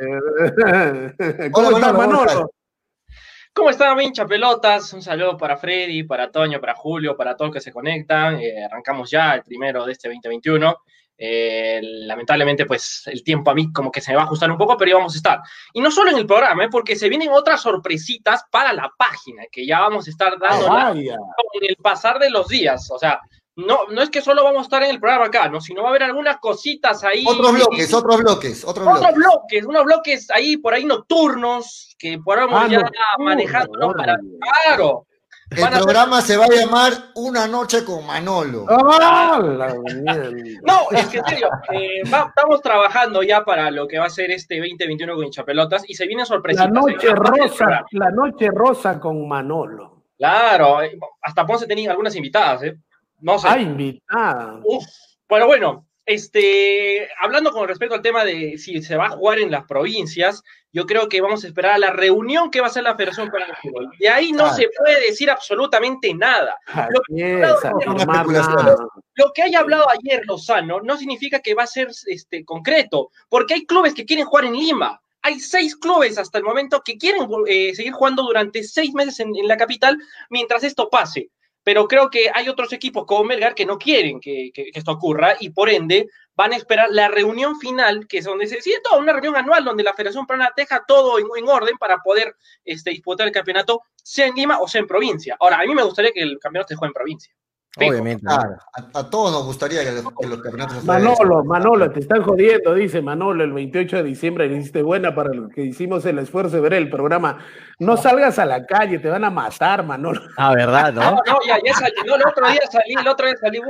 ¿Cómo está, Manolo? ¿Cómo están, hincha pelotas? Un saludo para Freddy, para Toño, para Julio, para todos que se conectan. Eh, arrancamos ya el primero de este veinte veintiuno. Eh, lamentablemente, pues, el tiempo a mí como que se me va a ajustar un poco, pero íbamos a estar. Y no solo en el programa, ¿eh? Porque se vienen otras sorpresitas para la página, que ya vamos a estar dando oh, en el pasar de los días. O sea, no, no es que solo vamos a estar en el programa acá, ¿no? Sino va a haber algunas cositas ahí. Otros bloques, otros bloques, otros bloques. Otros bloques, bloques, unos bloques ahí, por ahí nocturnos, que podamos ah, ya no, manejando, ¿no? Para, claro. El Van programa ser... se va a llamar Una Noche con Manolo. ¡Oh, la no, es que en serio, eh, va, estamos trabajando ya para lo que va a ser este veinte veintiuno con hinchapelotas y se vienen sorpresitas. La noche ¿eh? rosa, la noche rosa con Manolo. Claro, hasta Ponce tenía algunas invitadas, ¿eh? No sé. Ah, invitadas. Uf, pero bueno, este, hablando con respecto al tema de si se va a jugar en las provincias, yo creo que vamos a esperar a la reunión que va a hacer la Federación para el Fútbol. De ahí no claro. se puede decir absolutamente nada. Lo que, yes, ayer, lo que haya hablado ayer Lozano no significa que va a ser este, concreto, porque hay clubes que quieren jugar en Lima. Hay seis clubes hasta el momento que quieren eh, seguir jugando durante seis meses en, en la capital mientras esto pase. Pero creo que hay otros equipos como Melgar que no quieren que, que, que esto ocurra y por ende van a esperar la reunión final, que es donde se decide todo, una reunión anual donde la Federación Peruana deja todo en, en orden para poder este, disputar el campeonato, sea en Lima o sea en provincia. Ahora, a mí me gustaría que el campeonato se juegue en provincia. Obviamente. Claro, a, a todos nos gustaría que los, que los campeonatos... Manolo, Manolo, te están jodiendo, dice Manolo, el veintiocho de diciembre le hiciste buena para los que hicimos el esfuerzo de ver el programa. No salgas a la calle, te van a matar, Manolo. Ah, ¿verdad, no? No, no, ya, ya salí, no, el otro día salí, el otro día salí, uh,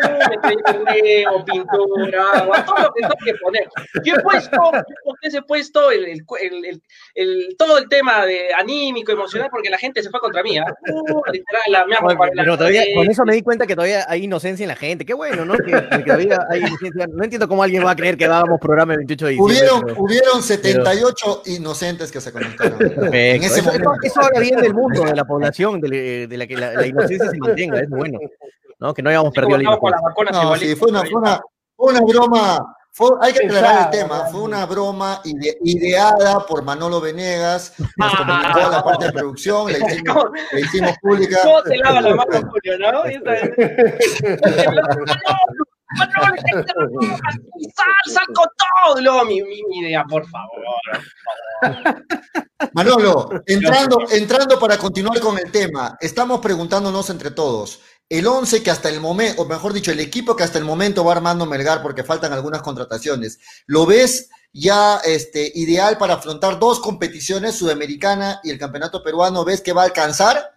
me o pintura, agua, todo lo que tengo que poner. Yo he puesto, yo he puesto el, el, el, el, el, todo el tema de anímico, emocional, porque la gente se fue contra mí, ¿eh? Uh, literal, la, me Oye, pero todavía, con eso me di cuenta que todavía todavía hay inocencia en la gente. Qué bueno, ¿no? Que, que todavía hay inocencia. No entiendo cómo alguien va a creer que hagamos programa el veintiocho de diciembre. Hubieron, pero, hubieron setenta y ocho pero... inocentes que se conectaron. En ese eso, momento. Eso habla bien del mundo, de la población, de, de la que la, la inocencia se mantenga. Es bueno, ¿no? Que no hayamos perdido la inocencia. No, sí, fue una, fue una, fue una broma. Fue, hay que aclarar el tema, fue una broma ide, ideada por Manolo Venegas, nos comunicó a la parte de producción, la hicimos, la hicimos pública. ¿Cómo te lava la mano, Julio, no? Manolo, sal, sal con todo. Luego mi, mi, mi idea, por favor, por favor. Manolo, entrando, entrando para continuar con el tema, estamos preguntándonos entre todos. El once que hasta el momento, o mejor dicho, el equipo que hasta el momento va armando Melgar porque faltan algunas contrataciones, ¿lo ves ya este, ideal para afrontar dos competiciones, Sudamericana y el Campeonato Peruano? ¿Ves que va a alcanzar?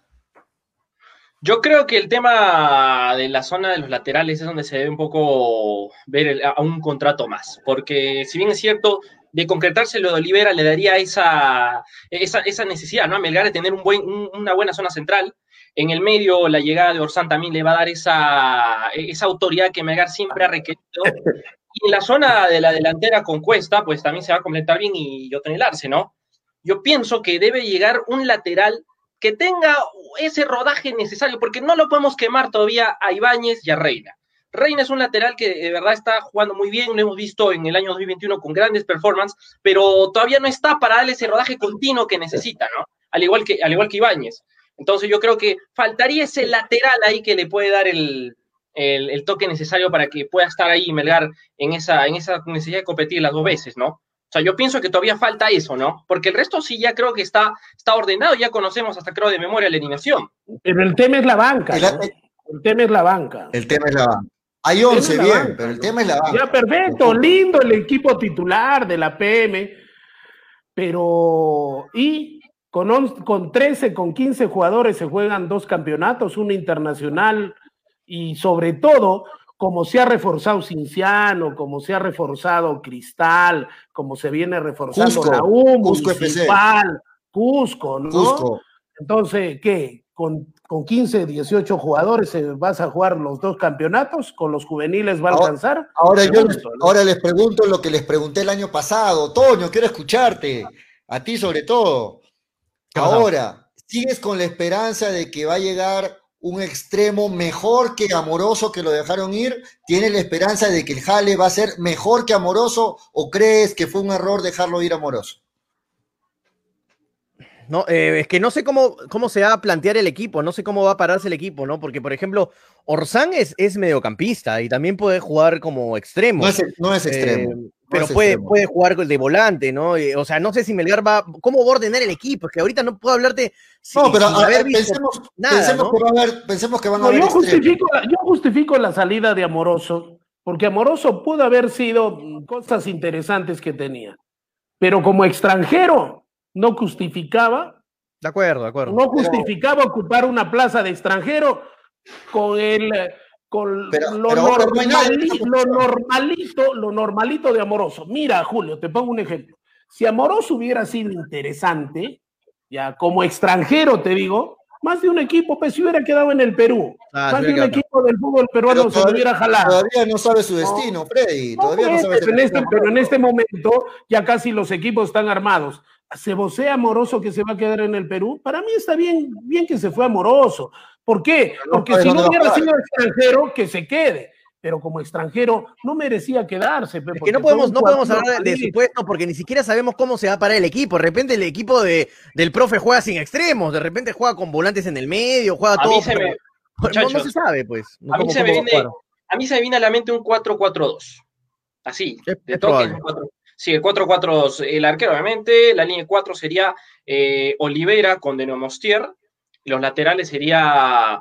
Yo creo que el tema de la zona de los laterales es donde se debe un poco ver el, a un contrato más, porque si bien es cierto, de concretarse lo de Olivera le daría esa, esa, esa necesidad, ¿no? A Melgar de tener un buen, un, una buena zona central. En el medio, la llegada de Orsán también le va a dar esa, esa autoridad que Melgar siempre ha requerido. Y en la zona de la delantera con Cuesta, pues también se va a completar bien y Otoniel Arce, ¿no? Yo pienso que debe llegar un lateral que tenga ese rodaje necesario, porque no lo podemos quemar todavía a Ibáñez y a Reina. Reina es un lateral que de verdad está jugando muy bien, lo hemos visto en el año dos mil veintiuno con grandes performances, pero todavía no está para darle ese rodaje continuo que necesita, ¿no? Al igual que, al igual que Ibáñez. Entonces yo creo que faltaría ese lateral ahí que le puede dar el, el, el toque necesario para que pueda estar ahí Melgar en esa, en esa necesidad de competir las dos veces, ¿no? O sea, yo pienso que todavía falta eso, ¿no? Porque el resto sí ya creo que está, está ordenado, ya conocemos hasta creo de memoria la eliminación. Pero el tema es la banca, ¿no? El, el tema es la banca. El tema es la banca. Hay once, bien, banca, pero el tema es la banca. Ya, perfecto, lindo el equipo titular de la P M, pero... ¿y? Con, once, con trece, con quince jugadores se juegan dos campeonatos, uno internacional y sobre todo, como se ha reforzado Cinciano, como se ha reforzado Cristal, como se viene reforzando Cusco, la U, Cusco Municipal, Cusco, ¿no? Cusco. Entonces, ¿qué? Con, con quince, dieciocho jugadores vas a jugar los dos campeonatos, con los juveniles va a alcanzar. Ahora, yo les, ¿no? ahora les pregunto lo que les pregunté el año pasado. Toño, quiero escucharte, a ti sobre todo. Ahora, ¿sigues con la esperanza de que va a llegar un extremo mejor que Amoroso que lo dejaron ir? ¿Tienes la esperanza de que el Jale va a ser mejor que Amoroso o crees que fue un error dejarlo ir Amoroso? No, eh, es que no sé cómo, cómo se va a plantear el equipo, no sé cómo va a pararse el equipo, ¿no? Porque, por ejemplo, Orsán es, es mediocampista y también puede jugar como extremo. No es, no es extremo. Eh, no pero es puede, extremo. puede jugar de volante, ¿no? Eh, o sea, no sé si Melgar va... ¿Cómo va a ordenar el equipo? Es que ahorita no puedo hablarte... No, pero sin a, haber a, visto pensemos, nada, pensemos, ¿no? que va a haber, pensemos que van a no, haber yo justifico, extremos. yo justifico la salida de Amoroso, porque Amoroso pudo haber sido cosas interesantes que tenía, pero como extranjero no justificaba. De acuerdo, de acuerdo. No justificaba pero, ocupar una plaza de extranjero con el con pero, lo, pero normali, no lo normalito, lo normalito de Amoroso. Mira, Julio, te pongo un ejemplo. Si Amoroso hubiera sido interesante, ya como extranjero te digo, más de un equipo pues se hubiera quedado en el Perú. Ah, más de un equipo del fútbol peruano se lo hubiera jalado. Todavía no sabe su destino, no, Freddy. Todavía no, no sabe pero, en este, pero en este momento ya casi los equipos están armados. ¿Se vocea Amoroso que se va a quedar en el Perú? Para mí está bien, bien que se fue Amoroso. ¿Por qué? Porque si no hubiera sido extranjero, que se quede. Pero como extranjero no merecía quedarse. Es que no podemos, no podemos hablar de, de supuesto porque ni siquiera sabemos cómo se va a parar el equipo. De repente el equipo de, del profe juega sin extremos, de repente juega con volantes en el medio, juega a todo. Mí se me, no, no se sabe, pues. No, a, mí cómo, se me cómo viene, a mí se me viene a la mente un cuatro cuatro dos. Así, es, de es toque. Sí, el cuatro cuatro dos, el arquero obviamente, la línea cuatro sería eh, Olivera con Denomostier, los laterales sería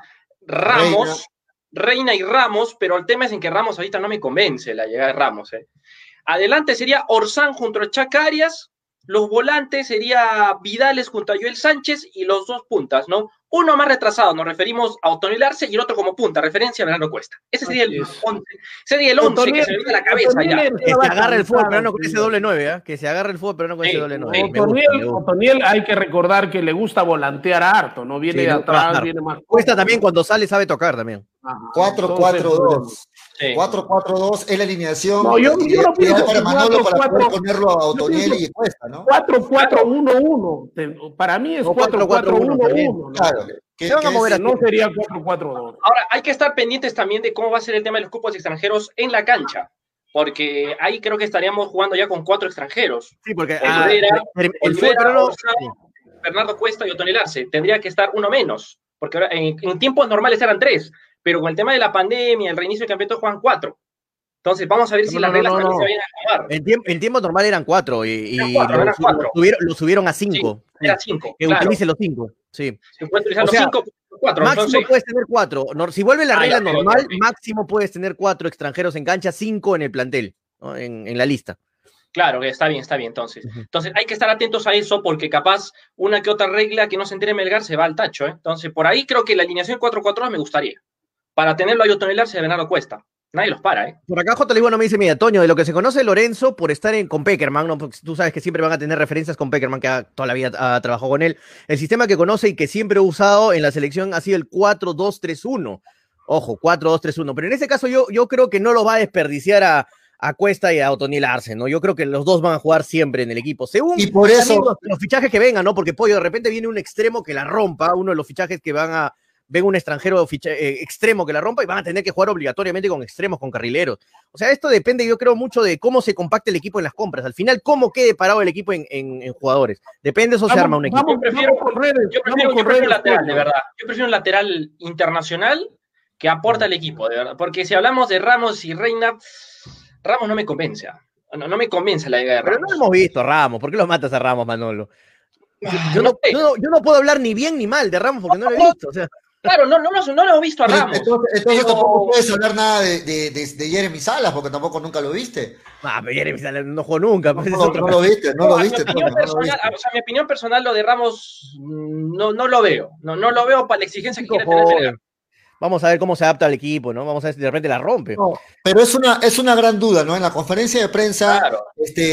Ramos, Reina. Reina y Ramos, pero el tema es en que Ramos ahorita no me convence la llegada de Ramos. Eh. Adelante sería Orsán junto a Chaca Arias, los volantes sería Vidales junto a Joel Sánchez y los dos puntas, ¿no? Uno más retrasado, nos referimos a Otoniel Arce y el otro como punta, referencia a Verano Cuesta. Ese sería el once, sería el once que se me viene a la cabeza ya. Que se agarre el fútbol peruano con ese doble nueve, ¿eh? Que se agarre el fútbol peruano con ese doble nueve. Otoniel, Otoniel hay que recordar que le gusta volantear harto, no viene sí, de atrás, viene más. Cuesta también cuando sale sabe tocar también. cuatro cuatro dos. cuatro cuatro dos es la alineación. No, yo, yo no pienso para Manolo para poder ponerlo a Otoniel y Cuesta, ¿no? cuatro cuatro uno uno. Para mí es cuatro cuatro uno uno. Claro. Que, se van a mover, no sería cuatro cuatro dos. Ahora, hay que estar pendientes también de cómo va a ser el tema de los cupos extranjeros en la cancha. Porque ahí creo que estaríamos jugando ya con cuatro extranjeros. Sí, porque Olivera, ah, el, el, el Olivera, fútbol, Orsa, Bernardo Cuesta y Otoniel Arce. Tendría que estar uno menos. Porque ahora en, en tiempos normales eran tres. Pero con el tema de la pandemia, el reinicio del campeonato, juegan cuatro. Entonces, vamos a ver si no, las no, reglas no, no. se vayan a acomodar. En tiempo, en tiempo normal eran cuatro y, eran cuatro, y eran lo, cuatro. Lo, subieron, lo subieron a cinco. Sí, era cinco. Que claro. utilice los cinco. Sí. Se puede utilizar o sea, los cinco, cuatro. Máximo entonces... puedes tener cuatro. Si vuelve la ah, regla ya, normal, okay, okay. máximo puedes tener cuatro extranjeros en cancha, cinco en el plantel, ¿no? en, en la lista. Claro, que está bien, está bien, entonces. Entonces hay que estar atentos a eso porque capaz una que otra regla que no se entere Melgar se va al tacho, ¿eh? Entonces por ahí creo que la alineación cuatro cuatro dos me gustaría. Para tenerlo ahí Otoniel Arce de Bernardo Cuesta. Nadie los para, ¿eh? Por acá J. Lisboa me dice, mira, Toño, de lo que se conoce Lorenzo por estar en, con Peckerman, ¿no? Porque tú sabes que siempre van a tener referencias con Peckerman, que ha, toda la vida ha, ha trabajado con él. El sistema que conoce y que siempre ha usado en la selección ha sido el cuatro dos tres uno. Ojo, cuatro dos tres uno. Pero en ese caso yo, yo creo que no lo va a desperdiciar a, a Cuesta y a Otoniel Arce, ¿no? Yo creo que los dos van a jugar siempre en el equipo. Según y por eso los, los fichajes que vengan, ¿no? Porque Pollo, de repente viene un extremo que la rompa, uno de los fichajes que van a ven un extranjero ficha, eh, extremo que la rompa y van a tener que jugar obligatoriamente con extremos, con carrileros. O sea, esto depende, yo creo, mucho de cómo se compacte el equipo en las compras. Al final, cómo quede parado el equipo en, en, en jugadores. Depende de eso, vamos, se arma un equipo. Vamos, yo prefiero, vamos redes, yo prefiero, yo prefiero un lateral, de verdad. Yo prefiero un lateral internacional que aporta al equipo, de verdad. Porque si hablamos de Ramos y Reina, Ramos no me convence. No, no me convence la idea de Ramos. Pero no hemos visto a Ramos. ¿Por qué lo matas a Ramos, Manolo? Yo, yo, no, yo, no, yo no puedo hablar ni bien ni mal de Ramos porque no lo he visto. O sea. Claro, no, no, no, no lo he visto a Ramos. Entonces, entonces pero... tampoco puedes hablar nada de, de, de, de Jeremy Salas, porque tampoco nunca lo viste. Ah, pero Jeremy Salas no jugó nunca. No, no, no lo viste, no, no lo viste. Mi opinión, personal, no lo viste. O sea, mi opinión personal, lo de Ramos, no, no lo veo. No, no lo veo para la exigencia que quiere tener. Vamos a ver cómo se adapta al equipo, ¿no? Vamos a ver si de repente la rompe. No, pero es una, es una gran duda, ¿no? En la conferencia de prensa, claro.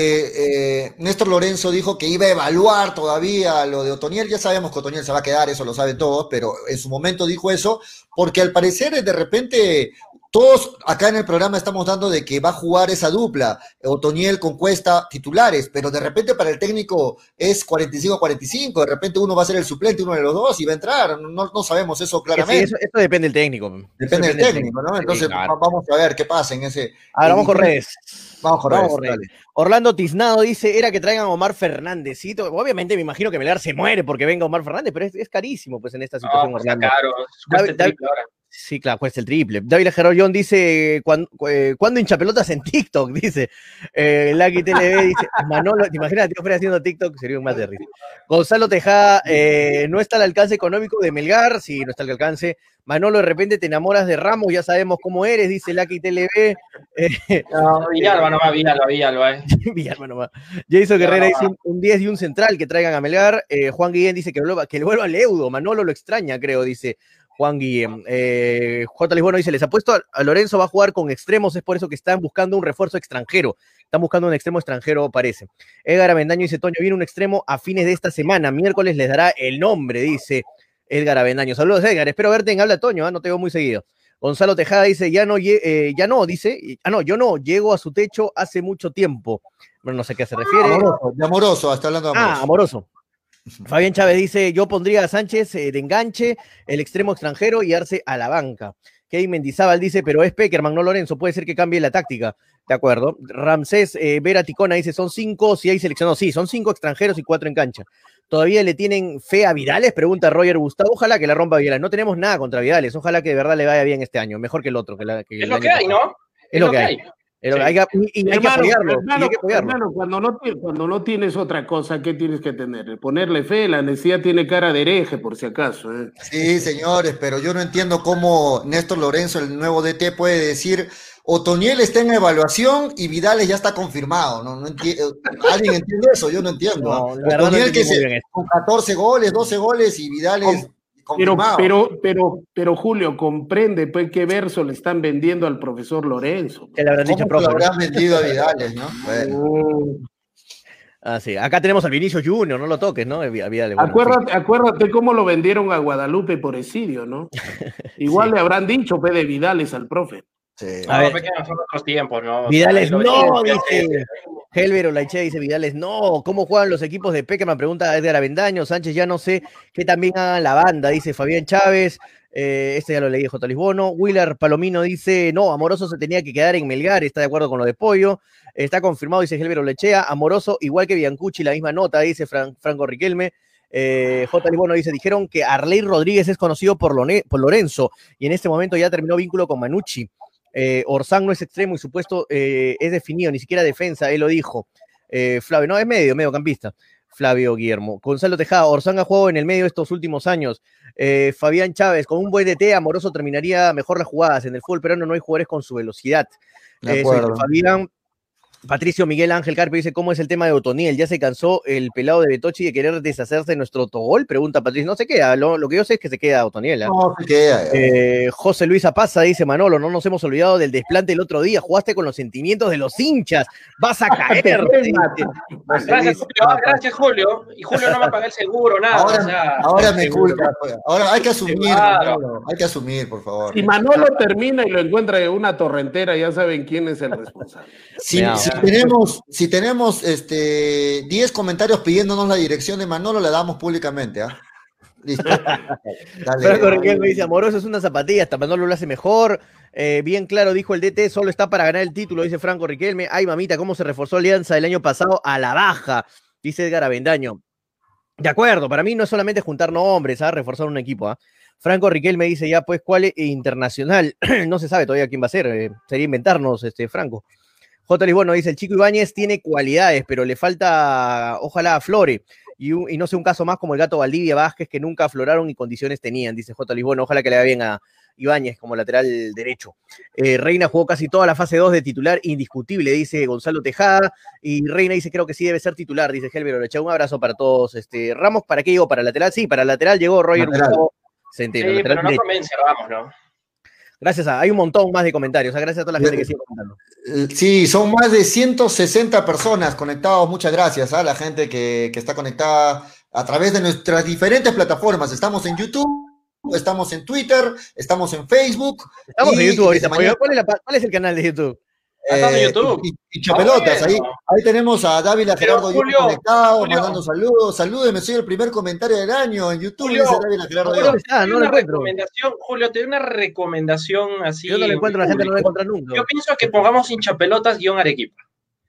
este, eh, Néstor Lorenzo dijo que iba a evaluar todavía lo de Otoniel. Ya sabemos que Otoniel se va a quedar, eso lo saben todos, pero en su momento dijo eso, porque al parecer de repente todos acá en el programa estamos dando de que va a jugar esa dupla, Otoniel con Cuesta titulares, pero de repente para el técnico es cuarenta y cinco a cuarenta y cinco, de repente uno va a ser el suplente, uno de los dos y va a entrar, no, no sabemos eso claramente. Sí, eso, eso depende del técnico. Depende del técnico, ¿no? Entonces sí, claro. Vamos a ver qué pasa en ese... Ahora vamos con redes. Vamos con Vamos redes. redes. Orlando Tiznado dice, era que traigan a Omar Fernández. ¿Sí? Obviamente me imagino que Melgar se muere porque venga Omar Fernández, pero es, es carísimo pues en esta situación. No, pues Orlando. Caro, David, David, ahora. Sí, claro, cuesta el triple. David Gerrollón dice, ¿cuándo, eh, ¿cuándo hinchapelotas en TikTok? Dice, eh, Lucky T L B dice, Manolo, ¿te imaginas a Tío Fred haciendo TikTok? Sería un más de risa. Gonzalo Tejada, eh, no está al alcance económico de Melgar, sí, no está al alcance. Manolo, de repente te enamoras de Ramos, ya sabemos cómo eres, dice Lucky T L B. Eh, no, Villalba nomás, Villalba, Villalba. Eh. Villalba nomás. Jason Guerrera dice un, un diez y un central que traigan a Melgar. Eh, Juan Guillén dice que, vuelva, que le vuelva al Leudo. Manolo lo extraña, creo, dice Juan Guillén. Eh, J. Lisbono dice, les apuesto a, a Lorenzo va a jugar con extremos, es por eso que están buscando un refuerzo extranjero. Están buscando un extremo extranjero, parece. Edgar Avendaño dice, Toño, viene un extremo a fines de esta semana. Miércoles les dará el nombre, dice Edgar Avendaño. Saludos, Edgar. Espero verte en Habla Toño, ¿eh? No te veo muy seguido. Gonzalo Tejada dice, ya no, eh, ya no, dice, ah, no, yo no, llego a su techo hace mucho tiempo. Bueno, no sé a qué se refiere. Amoroso, de amoroso, está hablando de amoroso. Ah, amoroso. Fabián Chávez dice, yo pondría a Sánchez eh, de enganche, el extremo extranjero y Arce a la banca. Kevin Mendizábal dice, pero es Peckerman, no Lorenzo, puede ser que cambie la táctica. De acuerdo. Ramsés eh, Vera Ticona dice, son cinco, si hay seleccionados. Sí, son cinco extranjeros y cuatro en cancha. ¿Todavía le tienen fe a Vidales? Pregunta Roger Gustavo. Ojalá que la rompa Vidales. No tenemos nada contra Vidales. Ojalá que de verdad le vaya bien este año. Mejor que el otro. Que la, que es el lo que hay, ¿no? Es, es lo que hay. hay. Pero sí. hay, que, y, y hay, hermano, que apoyarlo, hermano, y hay que apoyarlo. Hermano, cuando no, cuando no tienes otra cosa, ¿qué tienes que tener? Ponerle fe, la necesidad tiene cara de hereje, por si acaso. ¿eh? Sí, señores, pero yo no entiendo cómo Néstor Lorenzo, el nuevo D T, puede decir Otoniel está en evaluación y Vidales ya está confirmado. No, no entiendo. ¿Alguien entiende eso? Yo no entiendo. No, Otoniel no que se, con catorce goles, doce goles y Vidales... Con... Pero, pero, pero, pero, Julio, comprende pues qué verso le están vendiendo al profesor Lorenzo. ¿Qué le habrán dicho, profe? Lo habrán vendido a Vidales, ¿no? Bueno. Ah, sí. Acá tenemos al Vinicius Junior, no lo toques, ¿no? Vidales, bueno, acuérdate, sí. acuérdate cómo lo vendieron a Guadalupe por Esidio, ¿no? Igual Sí. le habrán dicho, pe, de Vidales al profe. Sí. No, A ver. pequeños son otros tiempos, ¿no? Vidales, O sea, no, lo- dice Helber Olaiche, dice Vidales, no. ¿Cómo juegan los equipos de Peckerman? Pregunta Edgar Avendaño. Sánchez, ya no sé qué también hagan la banda, dice Fabián Chávez. Eh, este ya lo leí, J. Lisbono. Willard Palomino dice, no, Amoroso se tenía que quedar en Melgar, está de acuerdo con lo de Pollo. Está confirmado, dice Helber Olechea. Amoroso, igual que Biancucci, la misma nota, dice Fran, Franco Riquelme. Eh, J. Lisbono dice, dijeron que Arley Rodríguez es conocido por, Lone, por Lorenzo y en este momento ya terminó vínculo con Manucci. Eh, Orsán no es extremo y supuesto eh, es definido, ni siquiera defensa, él lo dijo. Eh, Flavio, no, es medio, mediocampista. Flavio Guillermo. Gonzalo Tejada, Orsán ha jugado en el medio estos últimos años. Eh, Fabián Chávez, con un buen D T, Amoroso terminaría mejor las jugadas. En el fútbol peruano no hay jugadores con su velocidad. De Eh, acuerdo. Fabián. Patricio Miguel Ángel Carpe dice, ¿cómo es el tema de Otoniel? ¿Ya se cansó el pelado de Betochi de querer deshacerse de nuestro autogol? Pregunta Patricio. No se queda, lo, lo que yo sé es que se queda Otoniel. ¿eh? No, se queda. Eh, José Luis Apaza dice, Manolo, no nos hemos olvidado del desplante el otro día, jugaste con los sentimientos de los hinchas, vas a caer. Gracias, Julio. Gracias, Julio. Y Julio no me paga el seguro, nada. Ahora, o sea, ahora me culpa. Ahora hay que asumir, Claro. Manolo, hay que asumir, por favor. Si Manolo termina y lo encuentra en una torrentera, ya saben quién es el responsable. Si, Veamos. si tenemos, si tenemos este, diez comentarios pidiéndonos la dirección de Manolo, la damos públicamente. ¿ah? Listo. Dale. Franco Riquelme dice, Amoroso es una zapatilla, hasta Manolo lo hace mejor. Eh, bien claro, dijo el D T, solo está para ganar el título, dice Franco Riquelme. Ay, mamita, cómo se reforzó Alianza el año pasado a la baja, dice Edgar Avendaño. De acuerdo, para mí no es solamente juntar nombres, ¿ah? Reforzar un equipo. ¿ah? Franco Riquelme dice ya, pues, ¿cuál es internacional? No se sabe todavía quién va a ser, eh, sería inventarnos, este, Franco. J. Lisbono dice, el Chico Ibáñez tiene cualidades, pero le falta, ojalá, aflore. Y, un, y no sé, un caso más como el Gato Valdivia Vázquez, que nunca afloraron y condiciones tenían, dice J. Lisbono. Ojalá que le vaya bien a Ibáñez como lateral derecho. Eh, Reina jugó casi toda la fase dos de titular, indiscutible, dice Gonzalo Tejada. Y Reina dice, creo que sí debe ser titular, dice Helber Olechea. Un abrazo para todos. Este, Ramos, ¿para qué llegó? ¿Para lateral? Sí, para lateral llegó Roger Gustavo Centeno. Sí, pero no convence, vamos, ¿no? Gracias a, hay un montón más de comentarios. Gracias a toda la gente que sigue comentando. Sí, son más de ciento sesenta personas conectados. Muchas gracias a la gente que, que está conectada a través de nuestras diferentes plataformas. Estamos en YouTube, estamos en Twitter, estamos en Facebook. Estamos en YouTube ahorita. Mañana... ¿Cuál, es la, ¿Cuál es el canal de YouTube? Eh, en YouTube. Y, y Chapelotas, ah, ahí, ahí tenemos a Dávila Pero, Gerardo Julio, conectado, Julio. mandando saludos. Salúdeme, soy el primer comentario del año en YouTube. Julio, dice Dávila Gerardo Julio, Dios. Ah, te no doy lo una encuentro. recomendación, Julio, te doy una recomendación así. Yo no lo encuentro, la gente no lo encuentra nunca. Yo pienso que pongamos hinchapelotas guión Arequipa.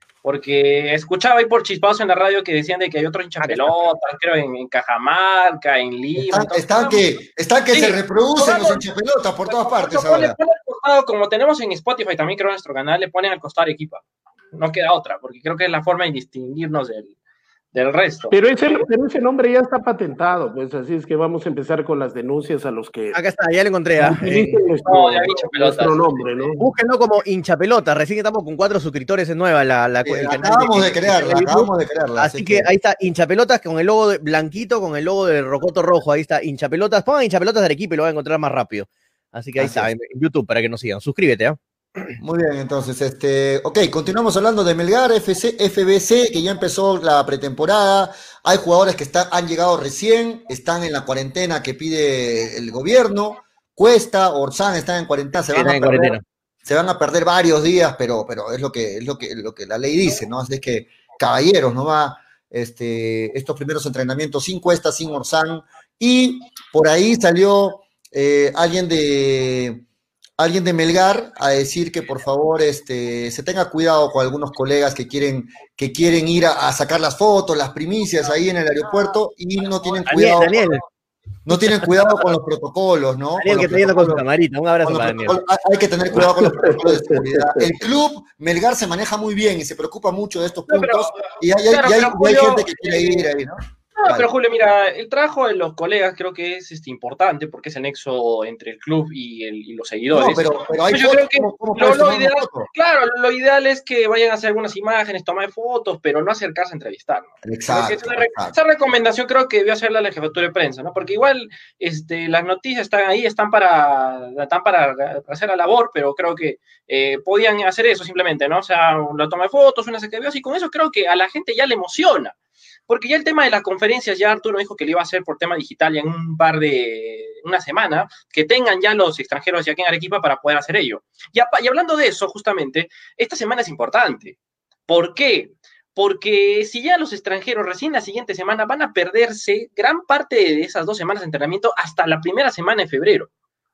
Porque escuchaba ahí por chispados en la radio que decían de que hay otro hinchapelotas, creo en, en Cajamarca, en Lima. Están, entonces, están que, están que sí, se reproducen pongamos- los hinchapelotas por todas partes Ponle- ahora. ponle al costado, como tenemos en Spotify también, creo en nuestro canal, le ponen al costado Arequipa. No queda otra, porque creo que es la forma de distinguirnos del, del resto. Pero ese, pero ese nombre ya está patentado, pues así es que vamos a empezar con las denuncias a los que Acá está, ya lo encontré. ¿ah? Eh, utilicen nuestro, no, ya hinchapelotas. nuestro nombre, ¿no? búsquenlo como hinchapelota. Recién estamos con cuatro suscriptores, es nueva la, la, Sí, el la canal acabamos de de crearla, YouTube. acabamos de crearla. Así que ahí está, hinchapelotas con el logo de, blanquito, con el logo de Rocoto rojo. Ahí está, hinchapelotas. Pongan hinchapelotas de Arequipa y lo van a encontrar más rápido. Así que ahí Así está, es. en, en YouTube para que nos sigan. Suscríbete, ¿ah? Muy bien, entonces, este, ok, continuamos hablando de Melgar, F C, F B C, que ya empezó la pretemporada. Hay jugadores que están, han llegado recién, están en la cuarentena que pide el gobierno. Cuesta, Orsán están en cuarentena, se van, Están a en perder, cuarentena. se van a perder varios días, pero, pero es lo que, es lo que, lo que la ley dice, ¿no? Así es que, caballeros, no va este, estos primeros entrenamientos sin Cuesta, sin Orsán. Y por ahí salió eh, alguien de. Alguien de Melgar a decir que por favor este, se tenga cuidado con algunos colegas que quieren, que quieren ir a, a sacar las fotos, las primicias ahí en el aeropuerto y no tienen Daniel, cuidado, Daniel, no tienen cuidado con los protocolos, ¿no? Daniel Con que los está yendo con su protocolos- camarita. Un abrazo con los para Daniel. protocolos- hay- hay que tener cuidado con los protocolos de seguridad. El club Melgar se maneja muy bien y se preocupa mucho de estos No, pero, puntos y hay, hay- claro, y hay- pero, y hay Julio, gente que quiere ir ahí, ¿no? No, pero Julio, mira, el trabajo de los colegas creo que es este, importante porque es el nexo entre el club y, el, y los seguidores. No, pero, pero hay yo fotos, creo que ¿cómo, cómo lo, lo ideal, foto? claro, lo ideal es que vayan a hacer algunas imágenes, tomar fotos, pero no acercarse a entrevistar, ¿no? Exacto, esa, exacto. esa recomendación creo que debió hacerla la jefatura de prensa, ¿no? Porque igual este, las noticias están ahí, están para, están para hacer la labor, pero creo que eh, podían hacer eso simplemente, ¿no? O sea, la toma de fotos, una serie de videos, y con eso creo que a la gente ya le emociona. Porque ya el tema de las conferencias, ya Arturo dijo que lo iba a hacer por tema digital ya en un par de, una semana, que tengan ya los extranjeros ya aquí en Arequipa para poder hacer ello. Y, a, y hablando de eso, justamente, esta semana es importante. ¿Por qué? Porque si ya los extranjeros recién la siguiente semana van a perderse gran parte de esas dos semanas de entrenamiento hasta la primera semana de febrero.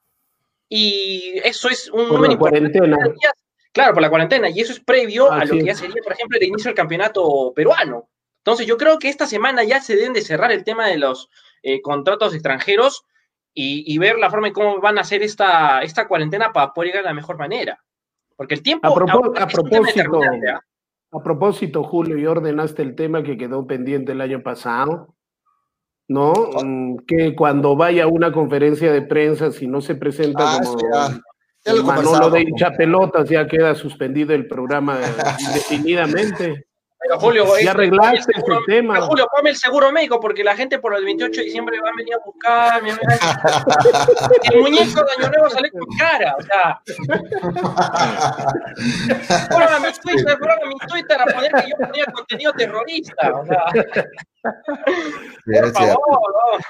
Y eso es un número importante. Claro, por la cuarentena. Y eso es previo ah, a lo sí. que ya sería, por ejemplo, el inicio del campeonato peruano. Entonces yo creo que esta semana ya se deben de cerrar el tema de los eh, contratos extranjeros y, y ver la forma en cómo van a hacer esta, esta cuarentena para poder llegar de la mejor manera. Porque el tiempo... A, propós a, propósito, a propósito, Julio, y ordenaste el tema que quedó pendiente el año pasado, ¿no? Oh. Que cuando vaya a una conferencia de prensa, si no se presenta ah, como... Ya. Ya lo Manolo de hinchapelotas, ya queda suspendido el programa indefinidamente. Pero Julio, ya este, arreglaste ese seguro, tema. Pero Julio, ponme el seguro médico porque la gente por el veintiocho de diciembre va a venir a buscar. El muñeco de Año Nuevo sale con cara, o sea. Fueron a mi Twitter, fueron a mi Twitter a poner que yo ponía contenido terrorista, o sea. Por favor,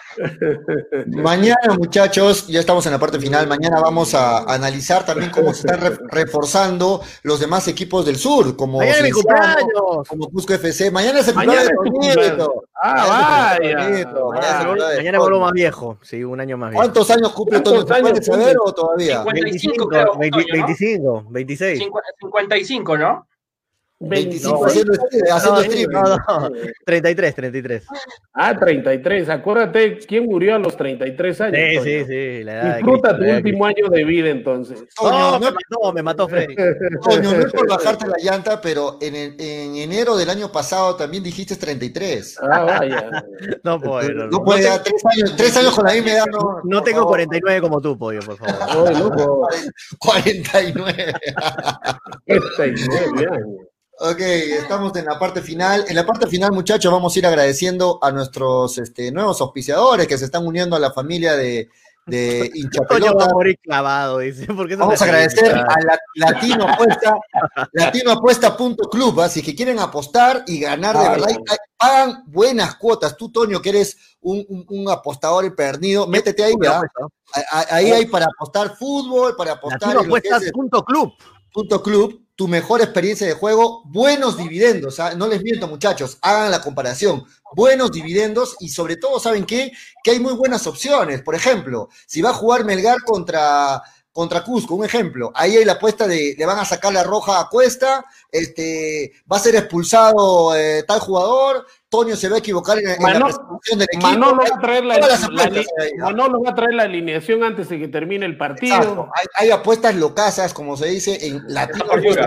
no. Mañana, muchachos, ya estamos en la parte final. Mañana vamos a analizar también cómo se están re reforzando los demás equipos del sur, como mañana mi cumpleaños, como Cusco F C. Mañana es el cumpleaños de Toñito. Ah, vaya. Mañana vuelvo más viejo, sí, un año más viejo. ¿Cuántos años cumple Toño? ¿Se puede saber o todavía? cincuenta y cinco, creo, veinte, Toño, ¿no? veinticinco, veintiséis. cincuenta y cinco, ¿no? veinticinco, no, haciendo, haciendo no, streaming. No, no, treinta y tres, treinta y tres. Ah, treinta y tres. Acuérdate quién murió a los treinta y tres años. Sí, Toño. sí, sí. La edad Disfruta tu último año de vida, entonces. Toño, no, me mató, me mató Freddy. Toño, no es por bajarte la llanta, pero en, el, en enero del año pasado también dijiste treinta y tres. Ah, vaya. No puedo. No, no puede dar tres años, tres años con la misma edad. No, no tengo favor. cuarenta y nueve como tú, Pollo, por favor. No, no, cuarenta y nueve. cuarenta y nueve años. Ok, estamos en la parte final. En la parte final, muchachos, vamos a ir agradeciendo a nuestros este, nuevos auspiciadores que se están uniendo a la familia de, de hinchapelota. Va a morir clavado, dice. ¿Por qué vamos a agradecer a la, Latino Apuesta, latino apuesta punto club, así que quieren apostar y ganar de ah, verdad. Y pagan buenas cuotas. Tú, Toño, que eres un, un, un apostador empernido, métete ahí, ¿verdad? Ahí hay para apostar fútbol, para apostar. latino apuesta punto club. Punto club. Tu mejor experiencia de juego, buenos dividendos, ¿eh? No les miento, muchachos, hagan la comparación, buenos dividendos y sobre todo, ¿saben qué? Que hay muy buenas opciones. Por ejemplo, si va a jugar Melgar contra, contra Cusco, un ejemplo, ahí hay la apuesta de, le van a sacar la roja a Cuesta, este, va a ser expulsado eh, tal jugador, Toño se va a equivocar en, en Manolo, la presentación del equipo. Manolo va a traer la, la, la, Manolo va a traer la alineación antes de que termine el partido. Hay, hay apuestas locasas, como se dice en latino.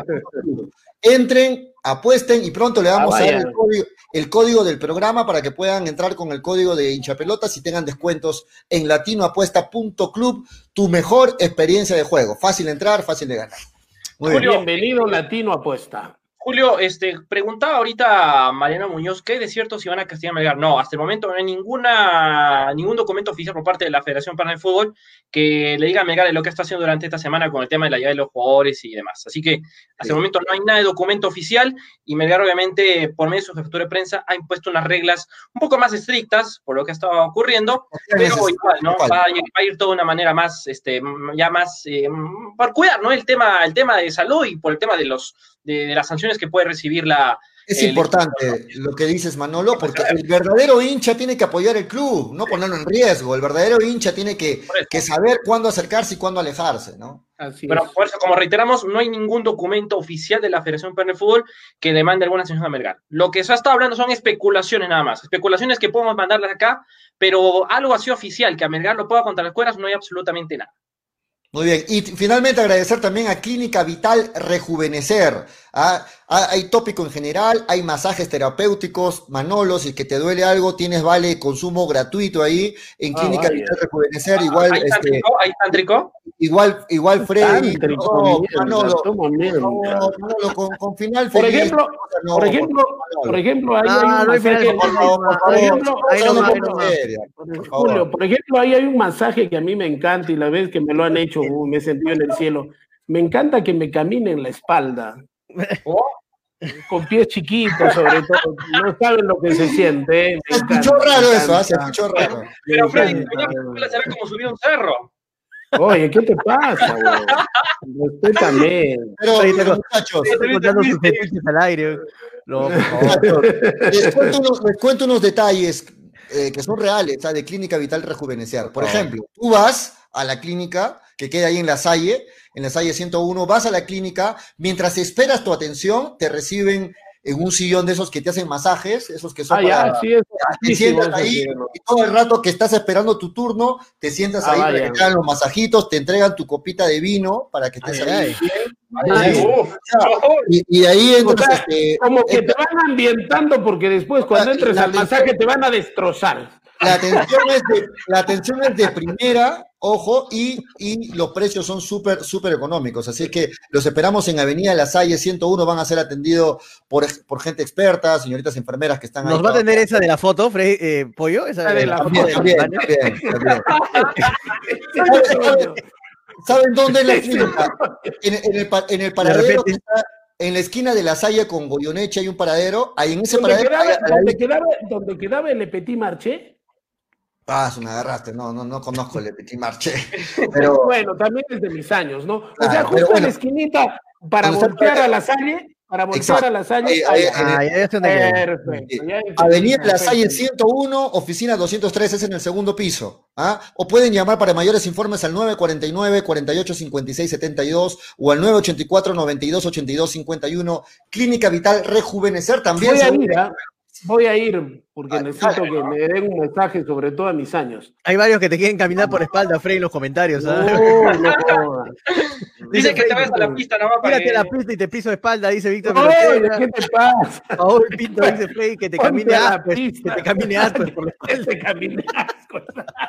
Entren, apuesten y pronto le vamos ah, a dar el código, el código del programa para que puedan entrar con el código de hinchapelotas y tengan descuentos en latino apuesta punto club, tu mejor experiencia de juego. Fácil entrar, fácil de ganar. Muy Julio, bien. Bienvenido Latino Apuesta. Julio, este, preguntaba ahorita a Mariano Muñoz, ¿qué de cierto si van a castigar a Melgar? No, hasta el momento no hay ninguna, ningún documento oficial por parte de la Federación Peruana de Fútbol que le diga a Melgar de lo que está haciendo durante esta semana con el tema de la llave de los jugadores y demás. Así que hasta sí. el momento no hay nada de documento oficial y Melgar obviamente por medio de su jefatura de prensa ha impuesto unas reglas un poco más estrictas por lo que ha estado ocurriendo, pero igual, ¿no? Va a, va a ir todo de una manera más, este, ya más, eh, por cuidar, ¿no? El tema, el tema de salud y por el tema de los De, de las sanciones que puede recibir la... Es importante equipo, ¿no? Lo que dices, Manolo, porque el verdadero hincha tiene que apoyar el club, no ponerlo en riesgo. El verdadero hincha tiene que, que saber cuándo acercarse y cuándo alejarse, ¿no? Así Pero es. Por eso, como reiteramos, no hay ningún documento oficial de la Federación Peruana de Fútbol que demande alguna sanción a Melgar. Lo que se ha estado hablando son especulaciones nada más. Especulaciones que podemos mandarlas acá, pero algo así oficial, que a Melgar lo pueda contra las cuerdas, no hay absolutamente nada. Muy bien, y finalmente agradecer también a Clínica Vital Rejuvenecer. ¿ah? Hay tópico en general, hay masajes terapéuticos, Manolo, si es que te duele algo, tienes vale consumo gratuito ahí en Ah, Clínica vaya. Vital Rejuvenecer, igual, ¿Hay este, tántrico? ¿Hay tántrico? igual, igual Freddy, Tántrico, no, mierda, Manolo, toma mierda. no, Manolo, con, con final Por feliz. ejemplo, no, por ejemplo, Manolo. por ejemplo, ahí Ah, hay un no hay final masaje. feliz, Por favor, por Por ejemplo, favor, ahí estamos nomás, ahí hablando nomás. seria, por favor. Julio, por ejemplo, ahí hay un masaje que a mí me encanta y la vez que me lo han hecho, uh, me he sentido en el cielo. Me encanta que me caminen la espalda, ¿Oh? con pies chiquitos sobre todo. No saben lo que se siente. ¿eh? Me Se escuchó encanta, raro me eso, ¿ah? Se encanta. escuchó raro. Pero Me Freddy, encanta. caminar será como subir un cerro. Oye, ¿qué te pasa, güey? Respétame. Pero, Freddy, pero, te- muchachos, Estoy contando sus fetiches al aire. No, por favor. les cuento unos, les cuento unos detalles eh, que son reales, ¿sabes? De Clínica Vital Rejuvenecer. Por ejemplo, tú vas a la clínica que queda ahí en La Salle, en La Salle ciento uno, vas a la clínica, mientras esperas tu atención, te reciben en un sillón de esos que te hacen masajes, esos que son Ah, para... ya, sí, es. Te sientas ahí y todo el rato que estás esperando tu turno, te sientas Ah, ahí para vaya. que te hagan los masajitos, te entregan tu copita de vino para que estés Ay, ahí. ay. Ay, Sí. uf. Y, y ahí O entras, sea, este, como que te entras- van ambientando porque después cuando entres La al masaje te van a destrozar. La atención es de, la atención es de primera, ojo, y, y los precios son súper, súper económicos. Así que los esperamos en Avenida La Salle ciento uno, van a ser atendidos por, por gente experta, señoritas enfermeras que están ahí. ¿Nos va a atender esa de la foto, Freddy, eh, Pollo? Esa La de la foto También, de también, campaña. también, también. ¿Saben, saben dónde es la clínica? En, en el, pa- en el paradero repente- que está en la esquina de La Salle con Goyoneche hay un paradero. Ahí en ese ¿Donde paradero... quedaba, hay- hay- donde quedaba, donde quedaba el Petit Marché? Ah, me agarraste. No, no, no conozco el de Petit Marché. Pero... Bueno, también es de mis años, ¿no? O Claro, sea, pero justo en bueno. la esquinita para Cuando está- voltear a la Salle, para voltear Exacto. a la Salle. Ahí- ah, ahí- ya. Ah, ya, ya sé dónde queda. Perfecto. ya entendí, Avenida La perfecto. Salle ciento uno, oficina doscientos tres, es en el segundo piso. ¿Ah? O pueden llamar para mayores informes al nueve cuatro nueve, cuatro ocho cinco seis siete dos o al nueve ocho cuatro, nueve dos ocho dos cinco uno. Clínica Vital Rejuvenecer también. Voy a según- ir, ¿ah? Voy a ir porque Ah, necesito que me den un mensaje sobre todo a mis años. Hay varios que te quieren caminar por espalda, Freddy, en los comentarios. ¿ah? No, no jodas. Dice que te Freddy, vayas a la pista nomás para Tírate que... la pista y te piso de espalda, dice Víctor. Oye, Pelotera. ¿qué te pasa? Paul Pinto dice Freddy que te Ponte camine a la ascuas, que pista. te camine ascuas por la Que espalda. te camine ascuas.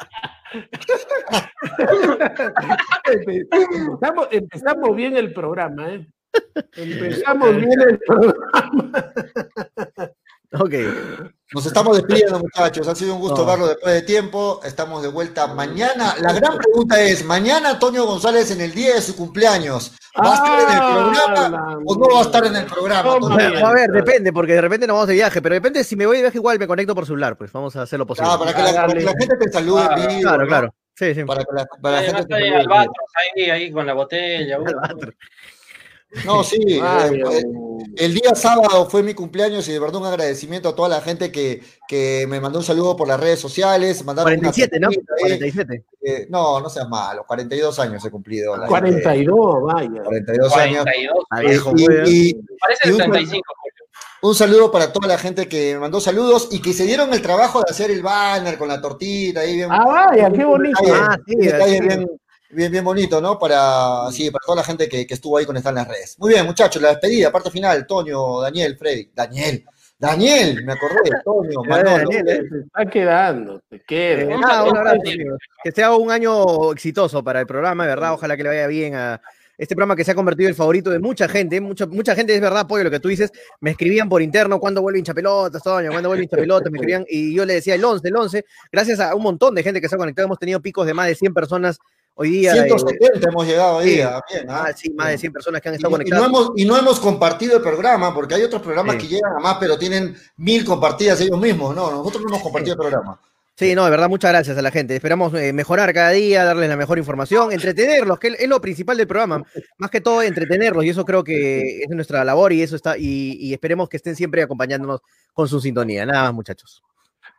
empezamos, empezamos bien el programa, ¿eh? Empezamos bien el programa. Ok. Nos estamos despidiendo, muchachos. Ha sido un gusto No. verlo después de tiempo. Estamos de vuelta mañana. La gran pregunta es: ¿mañana Antonio González en el día de su cumpleaños va a estar en el programa Ah, o no va a estar en el programa? Toma. Antonio? Bueno, a ver, depende, porque de repente nos vamos de viaje, pero depende, si me voy de viaje igual me conecto por celular, pues vamos a hacer lo posible. Ah, para, que la, para que la gente te salude en vivo. Claro, ¿no? claro. Sí, sí. Para que la, para la Además gente te está en salude en vivo. Albatros, ahí, ahí con la botella. uh. No, sí. Ay, eh, el día sábado fue mi cumpleaños y de verdad un agradecimiento a toda la gente que, que me mandó un saludo por las redes sociales. Mandaron cuarenta y siete, una ¿no? tortita ahí. cuarenta y siete. Eh, no, no seas malo, cuarenta y dos años he cumplido. la cuarenta y dos, vaya. gente, cuarenta y dos años. cuarenta y dos. Ah, Eh, viejo, y- pues. y Parece y el un- treinta y cinco, Julio. un saludo para toda la gente que me mandó saludos y que se dieron el trabajo de hacer el banner con la tortita ahí bien. Ah, vaya, qué bonito. Un detalle, Ah, sí, un detalle sí. bien, bien, bien bonito, ¿no? Para, sí, para toda la gente que, que estuvo ahí conectada en las redes. Muy bien, muchachos, la despedida, parte final, Toño, Daniel, Freddy. Daniel, Daniel, me acordé, Toño, Ya, Manolo. Daniel, ¿eh? Te está quedando, te queda. Eh, Un nada, un saludo, abrazo, Daniel. amigos. Que sea un año exitoso para el programa, de verdad. Ojalá que le vaya bien a este programa que se ha convertido en el favorito de mucha gente. Mucha, mucha gente, es verdad, Pollo, lo que tú dices. Me escribían por interno cuándo vuelve hinchapelotas, Toño, cuándo vuelve hinchapelotas. Me escribían y yo le decía el once, el once. Gracias a un montón de gente que se ha conectado. Hemos tenido picos de más de cien personas hoy día. ciento eh, setenta hemos llegado hoy sí. día, bien, ¿ah? ah, sí, más de cien personas que han Y, estado no- y conectadas. no hemos, y no hemos compartido el programa, porque hay otros programas Sí. que llegan a más, pero tienen mil compartidas ellos mismos. No, nosotros no hemos compartido el programa. Sí, no, de verdad, muchas gracias a la gente. Esperamos eh, mejorar cada día, darles la mejor información, entretenerlos, que es lo principal del programa. Más que todo, entretenerlos, y eso creo que es nuestra labor, y eso está, y, y esperemos que estén siempre acompañándonos con su sintonía. Nada más, muchachos.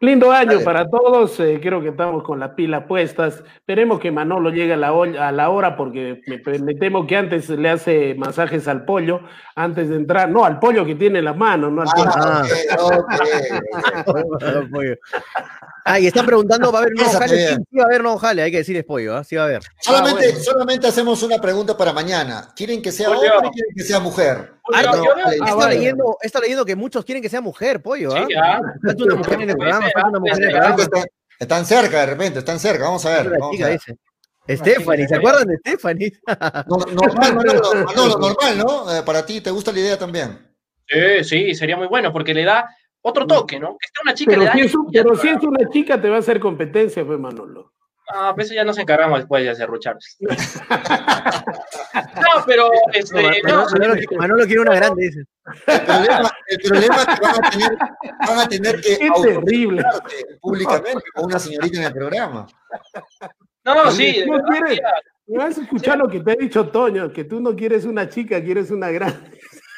Lindo año Dale. para todos, eh, creo que estamos con las pilas puestas. Esperemos que Manolo llegue a la, a la hora porque me, me temo que antes le hace masajes al pollo, antes de entrar, no, al pollo que tiene en las manos, no al pollo. Ah, okay, okay. Ah, y están preguntando, ¿va a haber nuevo jale? Sí, sí va a haber nuevo jale, hay que decir es pollo, ¿eh? Sí va a haber. Solamente, ah, bueno. solamente hacemos una pregunta para mañana. ¿Quieren que sea hombre o quieren que sea mujer? Ah, no, yo he estado leyendo, leyendo que muchos quieren que sea mujer, pollo, ¿eh? Sí, ¿ah? Una mujer en el programa, una mujer en el programa. Están, están cerca de repente, están cerca, vamos a ver. Vamos a ver. Stephanie, ¿se acuerdan de Stephanie? No, normal, Manolo, Manolo, normal, ¿no? Eh, para ti, ¿te gusta la idea también? Sí, sí, sería muy bueno, porque le da otro toque, ¿no? Que esté una chica pero le da... Si es un, pero si es una chica, te va a hacer competencia, pues, Manolo. Ah, pues eso ya nos encargamos después de hacer rucharnos. No, pero... Este, no, no, Manolo, no, Manolo quiere una grande, dice. El problema, el problema es que van a tener, van a tener que... Es terrible. Públicamente con una señorita en el programa. No, sí. No quieres, me vas a escuchar lo que te ha dicho Toño, que tú no quieres una chica, quieres una grande.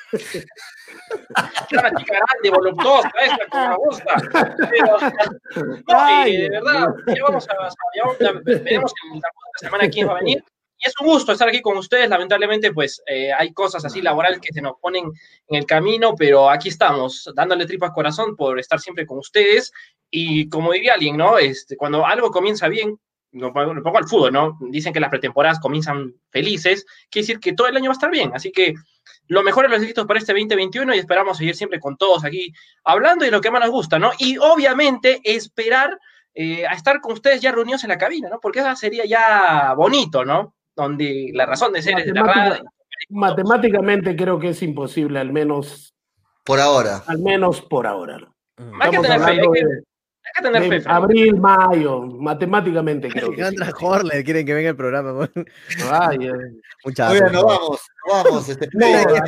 Una chica grande, voluptuosa, esa como me gusta. Pero, no, Ay, y de verdad, ya vamos a, ya, ya veremos en la semana quién va a venir. Y es un gusto estar aquí con ustedes. Lamentablemente, pues eh, hay cosas así laborales que se nos ponen en el camino, pero aquí estamos, dándole tripas corazón por estar siempre con ustedes. Y como diría alguien, ¿no? Este, cuando algo comienza bien, lo pongo al fútbol, ¿no? Dicen que las pretemporadas comienzan felices, quiere decir que todo el año va a estar bien. Así que lo mejor de los éxitos para este veinte veintiuno y esperamos seguir siempre con todos aquí hablando de lo que más nos gusta, ¿no? Y obviamente esperar eh, a estar con ustedes ya reunidos en la cabina, ¿no? Porque eso sería ya bonito, ¿no? Donde la razón de ser es de la radio. Matemáticamente creo que es imposible, al menos... Por ahora. Al menos por ahora. Mm. Hay que tener fe, hay que, hay que tener fe. Abril, mayo, matemáticamente creo que sí. Horler quieren que venga el programa. Ay, muchas gracias. No vamos, no vamos. Este, no,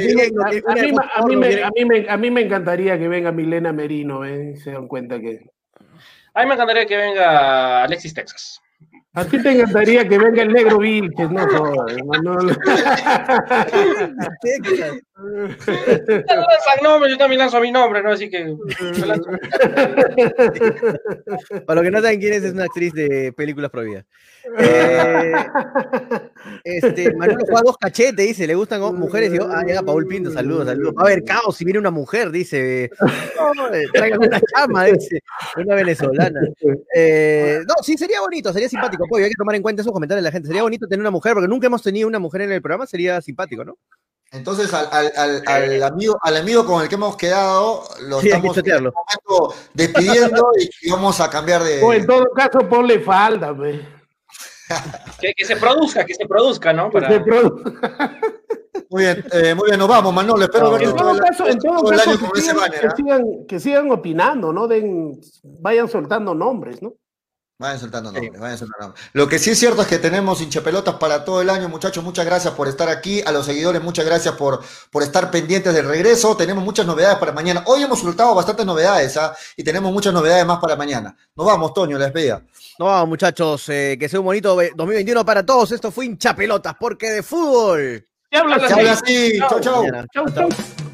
a mí me encantaría que venga Milena Merino, ¿eh? Se dan cuenta que... A mí me encantaría que venga Alexis Texas. A ti te encantaría que venga el negro Vilches, no jodas, no, no. Lanzan nombre, yo también lanzo mi nombre, ¿no? Así que. Para los que no saben quién es, es una actriz de películas prohibidas. Eh, este, Manolo juega dos cachetes, dice, le gustan mujeres. Y yo, ah, llega Paul Pinto, saludos, saludos. Va a haber caos si viene una mujer, dice. No, traigan una chama, dice. Una venezolana. Eh, no, sí, sería bonito, sería simpático. Pues, hay que tomar en cuenta esos comentarios de la gente. Sería bonito tener una mujer, porque nunca hemos tenido una mujer en el programa, sería simpático, ¿no? Entonces, al, al, al, al, amigo, al amigo con el que hemos quedado, lo sí, estamos en este momento despidiendo y vamos a cambiar de... O en todo caso, ponle falda, pues. Que, que se produzca, que se produzca, ¿no? Para... Que se produzca. Muy bien, eh, muy bien, nos vamos, Manolo. Espero no, ver en todo caso, en todo caso que, sigan, que, sigan, que sigan opinando, ¿no? Den, vayan soltando nombres, ¿no? Vayan soltando nombres, sí. vayan soltando nombres. Lo que sí es cierto es que tenemos hinchapelotas para todo el año, muchachos. Muchas gracias por estar aquí. A los seguidores, muchas gracias por, por estar pendientes del regreso. Tenemos muchas novedades para mañana. Hoy hemos soltado bastantes novedades, ¿ah? Y tenemos muchas novedades más para mañana. Nos vamos, Toño, la despedida. Nos vamos, muchachos. Eh, que sea un bonito dos mil veintiuno para todos. Esto fue hinchapelotas, porque de fútbol. ¿Qué hablas así? Chau, chau. Chau, chau.